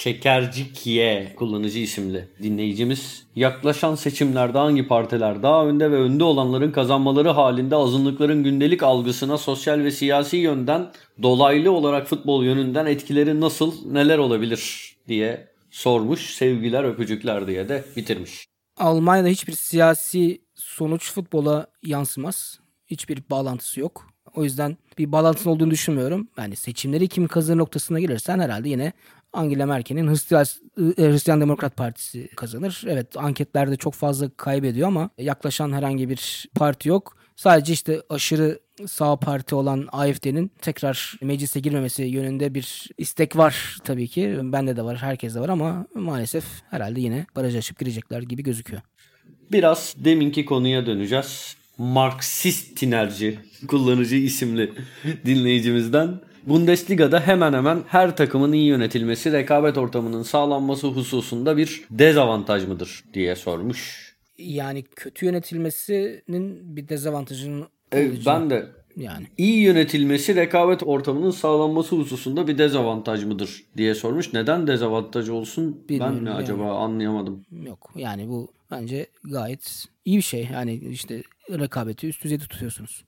Şekercikiye kullanıcı isimli dinleyicimiz, yaklaşan seçimlerde hangi partiler daha önde ve önde olanların kazanmaları halinde azınlıkların gündelik algısına sosyal ve siyasi yönden, dolaylı olarak futbol yönünden etkileri nasıl, neler olabilir diye sormuş. Sevgiler, öpücükler diye de bitirmiş. Almanya'da hiçbir siyasi sonuç futbola yansımaz. Hiçbir bağlantısı yok. O yüzden bir bağlantısının olduğunu düşünmüyorum. Yani seçimleri kim kazanır noktasına gelirsen herhalde yine Angela Merkel'in Hristiyan, Hristiyan Demokrat Partisi kazanır. Evet, anketlerde çok fazla kaybediyor ama yaklaşan herhangi bir parti yok. Sadece işte aşırı sağ parti olan A F D'nin tekrar meclise girmemesi yönünde bir istek var tabii ki. Bende de var, herkeste var ama maalesef herhalde yine baraj aşıp girecekler gibi gözüküyor. Biraz deminki konuya döneceğiz. Marksist tinerci kullanıcı isimli dinleyicimizden, Bundesliga'da hemen hemen her takımın iyi yönetilmesi rekabet ortamının sağlanması hususunda bir dezavantaj mıdır diye sormuş. Yani kötü yönetilmesinin bir dezavantajının Evet, olacağı. ben de Yani iyi yönetilmesi rekabet ortamının sağlanması hususunda bir dezavantaj mıdır diye sormuş. Neden dezavantaj olsun? Bilmiyorum ben mi yani. acaba anlayamadım. yok. Yani bu bence gayet iyi bir şey. Yani işte rekabeti üst düzeyde tutuyorsunuz.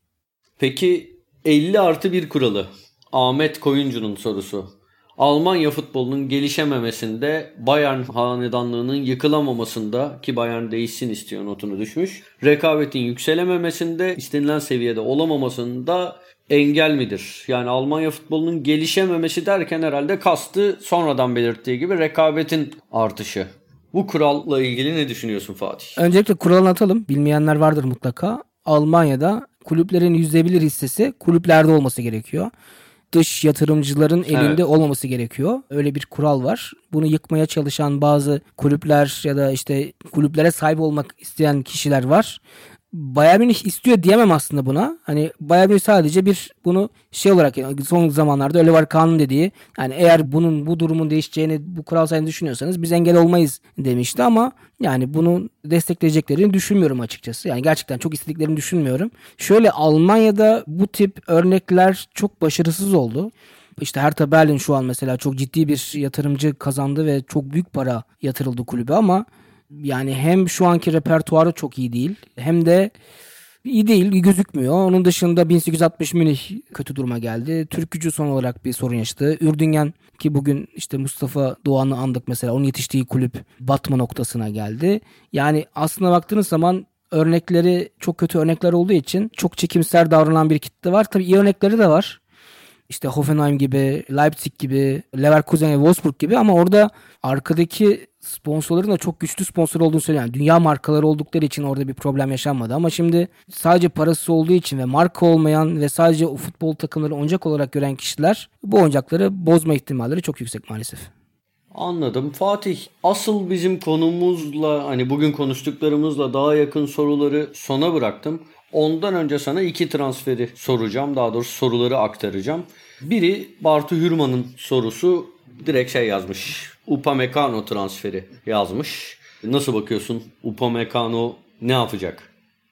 Peki elli artı bir kuralı. Ahmet Koyuncu'nun sorusu. Almanya futbolunun gelişememesinde, Bayern hanedanlığının yıkılamamasında, ki Bayern değişsin istiyor notunu düşmüş, rekabetin yükselememesinde, istenilen seviyede olamamasında engel midir? Yani Almanya futbolunun gelişememesi derken herhalde kastı sonradan belirttiği gibi rekabetin artışı. Bu kuralla ilgili ne düşünüyorsun Fatih? Öncelikle kuralını atalım. Bilmeyenler vardır mutlaka. Almanya'da kulüplerin yüzde bir hissesi kulüplerde olması gerekiyor. dış yatırımcıların elinde Evet. olmaması gerekiyor. Öyle bir kural var. Bunu yıkmaya çalışan bazı kulüpler ya da işte kulüplere sahip olmak isteyen kişiler var. Bayern Münih istiyor diyemem aslında buna. Hani Bayern Münih sadece bir bunu şey olarak, yani son zamanlarda Oliver Kahn'ın dediği, yani eğer bunun bu durumun değişeceğini, bu kural sayesinde düşünüyorsanız biz engel olmayız demişti ama yani bunu destekleyeceklerini düşünmüyorum açıkçası. Yani gerçekten çok istediklerini düşünmüyorum. Şöyle, Almanya'da bu tip örnekler çok başarısız oldu. İşte Hertha Berlin şu an mesela çok ciddi bir yatırımcı kazandı ve çok büyük para yatırıldı kulübe ama yani hem şu anki repertuarı çok iyi değil hem de iyi değil, iyi gözükmüyor. Onun dışında bin sekiz yüz altmış Münih kötü duruma geldi. Türkgücü son olarak bir sorun yaşadı. Ürdingen, ki bugün işte Mustafa Doğan'ı andık mesela, onun yetiştiği kulüp batma noktasına geldi. Yani aslına baktığınız zaman örnekleri çok kötü örnekler olduğu için çok çekimser davranan bir kitle var. Tabii iyi örnekleri de var. İşte Hoffenheim gibi, Leipzig gibi, Leverkusen ve Wolfsburg gibi, ama orada arkadaki sponsorların da çok güçlü sponsor olduğunu söylüyor. Yani dünya markaları oldukları için orada bir problem yaşanmadı. Ama şimdi sadece parası olduğu için ve marka olmayan ve sadece o futbol takımları oyuncak olarak gören kişiler bu oyuncakları bozma ihtimalleri çok yüksek maalesef. Anladım. Fatih, asıl bizim konumuzla, hani bugün konuştuklarımızla daha yakın soruları sona bıraktım. Ondan önce sana iki transferi soracağım. Daha doğrusu soruları aktaracağım. Biri Bartu Hürman'ın sorusu, direkt şey yazmış. Upamecano transferi yazmış. Nasıl bakıyorsun? Upamecano ne yapacak?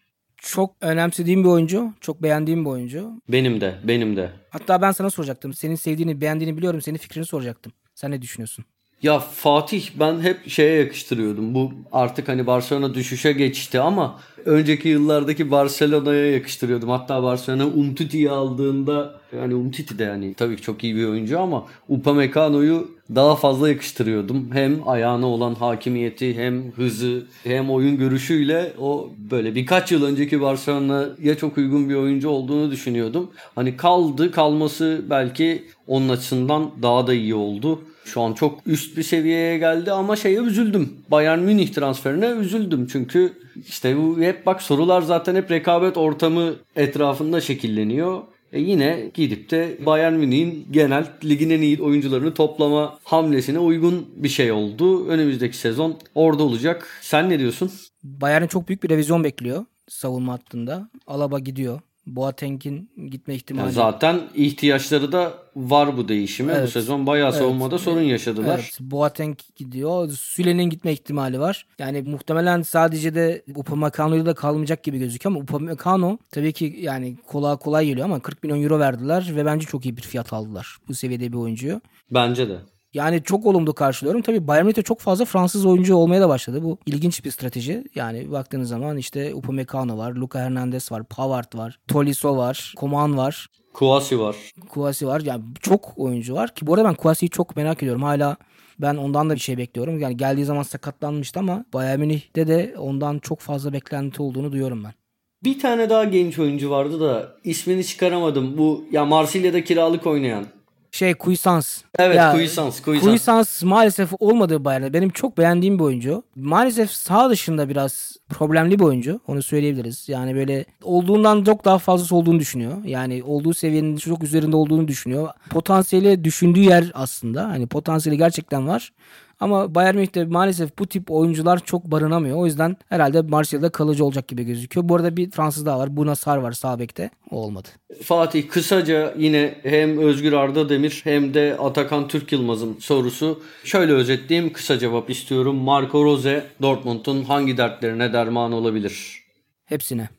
Çok önemsediğim bir oyuncu. Çok beğendiğim bir oyuncu. Benim de, benim de. Hatta ben sana soracaktım. Senin sevdiğini, beğendiğini biliyorum. Senin fikrini soracaktım. Sen ne düşünüyorsun? Ya Fatih, ben hep şeye yakıştırıyordum. Bu artık hani Barcelona düşüşe geçti ama önceki yıllardaki Barcelona'ya yakıştırıyordum. Hatta Barcelona Umtiti'yi aldığında, yani Umtiti de yani tabii ki çok iyi bir oyuncu ama Upamecano'yu daha fazla yakıştırıyordum. Hem ayağına olan hakimiyeti, hem hızı, hem oyun görüşüyle o böyle birkaç yıl önceki Barcelona'ya çok uygun bir oyuncu olduğunu düşünüyordum. Hani kaldı, kalması belki onun açısından daha da iyi oldu. Şu an çok üst bir seviyeye geldi ama şeye üzüldüm. Bayern Münih transferine üzüldüm. Çünkü işte bu hep bak, sorular zaten hep rekabet ortamı etrafında şekilleniyor. E yine gidip de Bayern Münih'in genel ligin en iyi oyuncularını toplama hamlesine uygun bir şey oldu. Önümüzdeki sezon orada olacak. Sen ne diyorsun? Bayern'in çok büyük bir revizyon bekliyor savunma hattında. Alaba gidiyor. Boateng'in gitme ihtimali. Yani zaten ihtiyaçları da var bu değişime. Evet. Bu sezon bayağı Evet. savunmada sorun yaşadılar. Evet, Boateng gidiyor. Süle'nin gitme ihtimali var. Yani muhtemelen sadece de Upamecano'yla da kalmayacak gibi gözüküyor ama Upamecano tabii ki yani kolay kolay geliyor ama kırk milyon euro verdiler ve bence çok iyi bir fiyat aldılar bu seviyede bir oyuncuyu. Bence de. Yani çok olumlu karşılıyorum. Tabii Bayern Münih'te çok fazla Fransız oyuncu olmaya da başladı. Bu ilginç bir strateji. Yani baktığınız zaman işte Upamecano var, Luka Hernandez var, Pavard var, Tolisso var, Coman var, Kouassi var. Kouassi var. Yani çok oyuncu var ki bu arada ben Kouassi'yi çok merak ediyorum. Hala ben ondan da bir şey bekliyorum. Yani geldiği zaman sakatlanmıştı ama Bayern Münih'te de ondan çok fazla beklenti olduğunu duyuyorum ben. Bir tane daha genç oyuncu vardı da ismini çıkaramadım. Bu ya Marsilya'da kiralık oynayan. Şey Cuisance. Evet, Ya, Cuisance, Cuisance. Cuisance maalesef olmadığı Bayern'de. Benim çok beğendiğim bir oyuncu. Maalesef sağ dışında biraz problemli bir oyuncu. Onu söyleyebiliriz. Yani böyle olduğundan çok daha fazlası olduğunu düşünüyor. Yani olduğu seviyenin çok üzerinde olduğunu düşünüyor. Potansiyeli düşündüğü yer aslında. Hani potansiyeli gerçekten var. Ama Bayern Münih'te maalesef bu tip oyuncular çok barınamıyor. O yüzden herhalde Marsilya'da kalıcı olacak gibi gözüküyor. Bu arada bir Fransız daha var. Bouna Sarr var sağ bekte. O olmadı. Fatih, kısaca yine hem Özgür Arda Demir hem de Atakan Türk Yılmaz'ın sorusu. Şöyle özetleyeyim, kısa cevap istiyorum. Marco Rose Dortmund'un hangi dertlerine derman olabilir? Hepsine.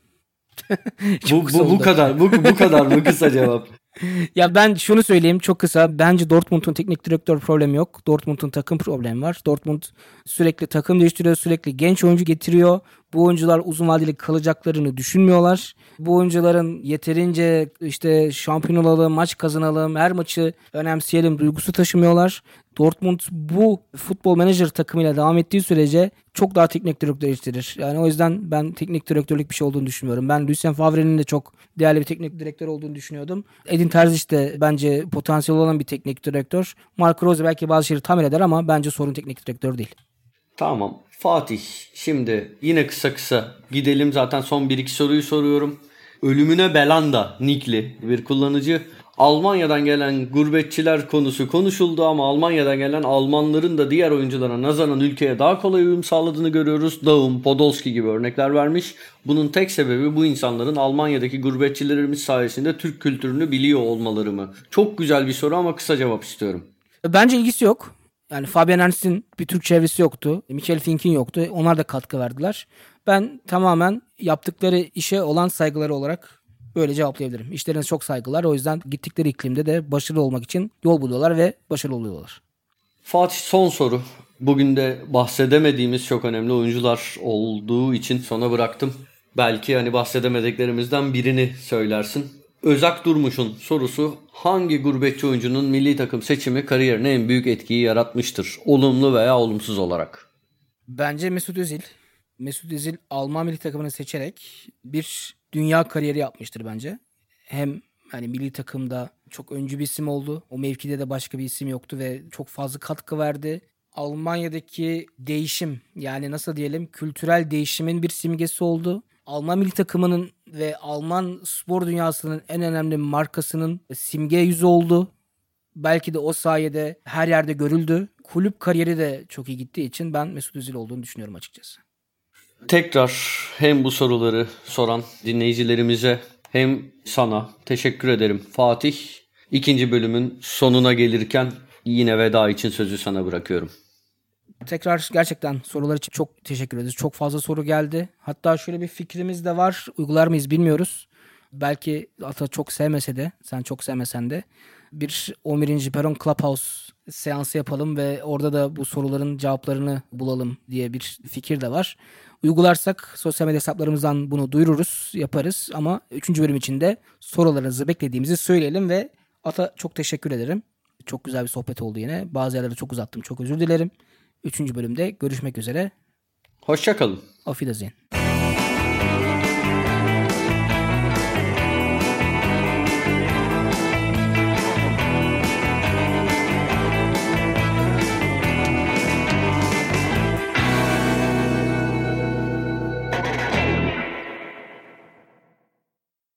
bu, bu, bu kadar bu, bu kadar mı kısa cevap? Ya ben şunu söyleyeyim çok kısa. Bence Dortmund'un teknik direktör problemi yok. Dortmund'un takım problemi var. Dortmund sürekli takım değiştiriyor. Sürekli genç oyuncu getiriyor. Bu oyuncular uzun vadeli kalacaklarını düşünmüyorlar. Bu oyuncuların yeterince işte şampiyon olalım, maç kazanalım, her maçı önemseyelim duygusu taşımıyorlar. Dortmund bu futbol menajer takımıyla devam ettiği sürece çok daha teknik direktör yetiştirir. Yani o yüzden ben teknik direktörlük bir şey olduğunu düşünmüyorum. Ben Lucien Favre'nin de çok değerli bir teknik direktör olduğunu düşünüyordum. Edin Terzic de bence potansiyel olan bir teknik direktör. Marco Rose belki bazı şeyleri tamir eder ama bence sorun teknik direktör değil. Tamam. Fatih, şimdi yine kısa kısa gidelim. Zaten son bir iki soruyu soruyorum. Ölümüne Belanda nickli bir kullanıcı. Almanya'dan gelen gurbetçiler konusu konuşuldu ama Almanya'dan gelen Almanların da diğer oyunculara nazaran ülkeye daha kolay uyum sağladığını görüyoruz. Daum, Podolski gibi örnekler vermiş. Bunun tek sebebi bu insanların Almanya'daki gurbetçilerimiz sayesinde Türk kültürünü biliyor olmaları mı? Çok güzel bir soru ama kısa cevap istiyorum. Bence ilgisi yok. Yani Fabian Ernst'in bir Türk çevresi yoktu. Michael Fink'in yoktu. Onlar da katkı verdiler. Ben tamamen yaptıkları işe olan saygıları olarak böyle cevaplayabilirim. İşlerine çok saygılar. O yüzden gittikleri iklimde de başarılı olmak için yol buluyorlar ve başarılı oluyorlar. Fatih, son soru. Bugün de bahsedemediğimiz çok önemli oyuncular olduğu için sona bıraktım. Belki hani bahsedemediklerimizden birini söylersin. Özak Durmuş'un sorusu: hangi gurbetçi oyuncunun milli takım seçimi kariyerine en büyük etkiyi yaratmıştır? Olumlu veya olumsuz olarak. Bence Mesut Özil. Mesut Özil Alman milli takımını seçerek bir dünya kariyeri yapmıştır bence. Hem hani milli takımda çok öncü bir isim oldu. O mevkide de başka bir isim yoktu ve çok fazla katkı verdi. Almanya'daki değişim, yani nasıl diyelim, kültürel değişimin bir simgesi oldu. Alman milli takımının ve Alman spor dünyasının en önemli markasının simge yüzü oldu. Belki de o sayede her yerde görüldü. Kulüp kariyeri de çok iyi gittiği için ben Mesut Özil olduğunu düşünüyorum açıkçası. Tekrar hem bu soruları soran dinleyicilerimize hem sana teşekkür ederim Fatih. İkinci bölümün sonuna gelirken yine veda için sözü sana bırakıyorum. Tekrar gerçekten sorular için çok teşekkür ederiz. Çok fazla soru geldi. Hatta şöyle bir fikrimiz de var. Uygular mıyız bilmiyoruz. Belki Ata çok sevmese de, sen çok sevmesen de bir on birinci Peron Clubhouse seansı yapalım ve orada da bu soruların cevaplarını bulalım diye bir fikir de var. Uygularsak sosyal medya hesaplarımızdan bunu duyururuz, yaparız ama üçüncü bölüm için de sorularınızı beklediğimizi söyleyelim ve Ata çok teşekkür ederim. Çok güzel bir sohbet oldu yine. Bazı yerlerde çok uzattım, çok özür dilerim. Üçüncü bölümde görüşmek üzere. Hoşça kalın. Auf Wiedersehen.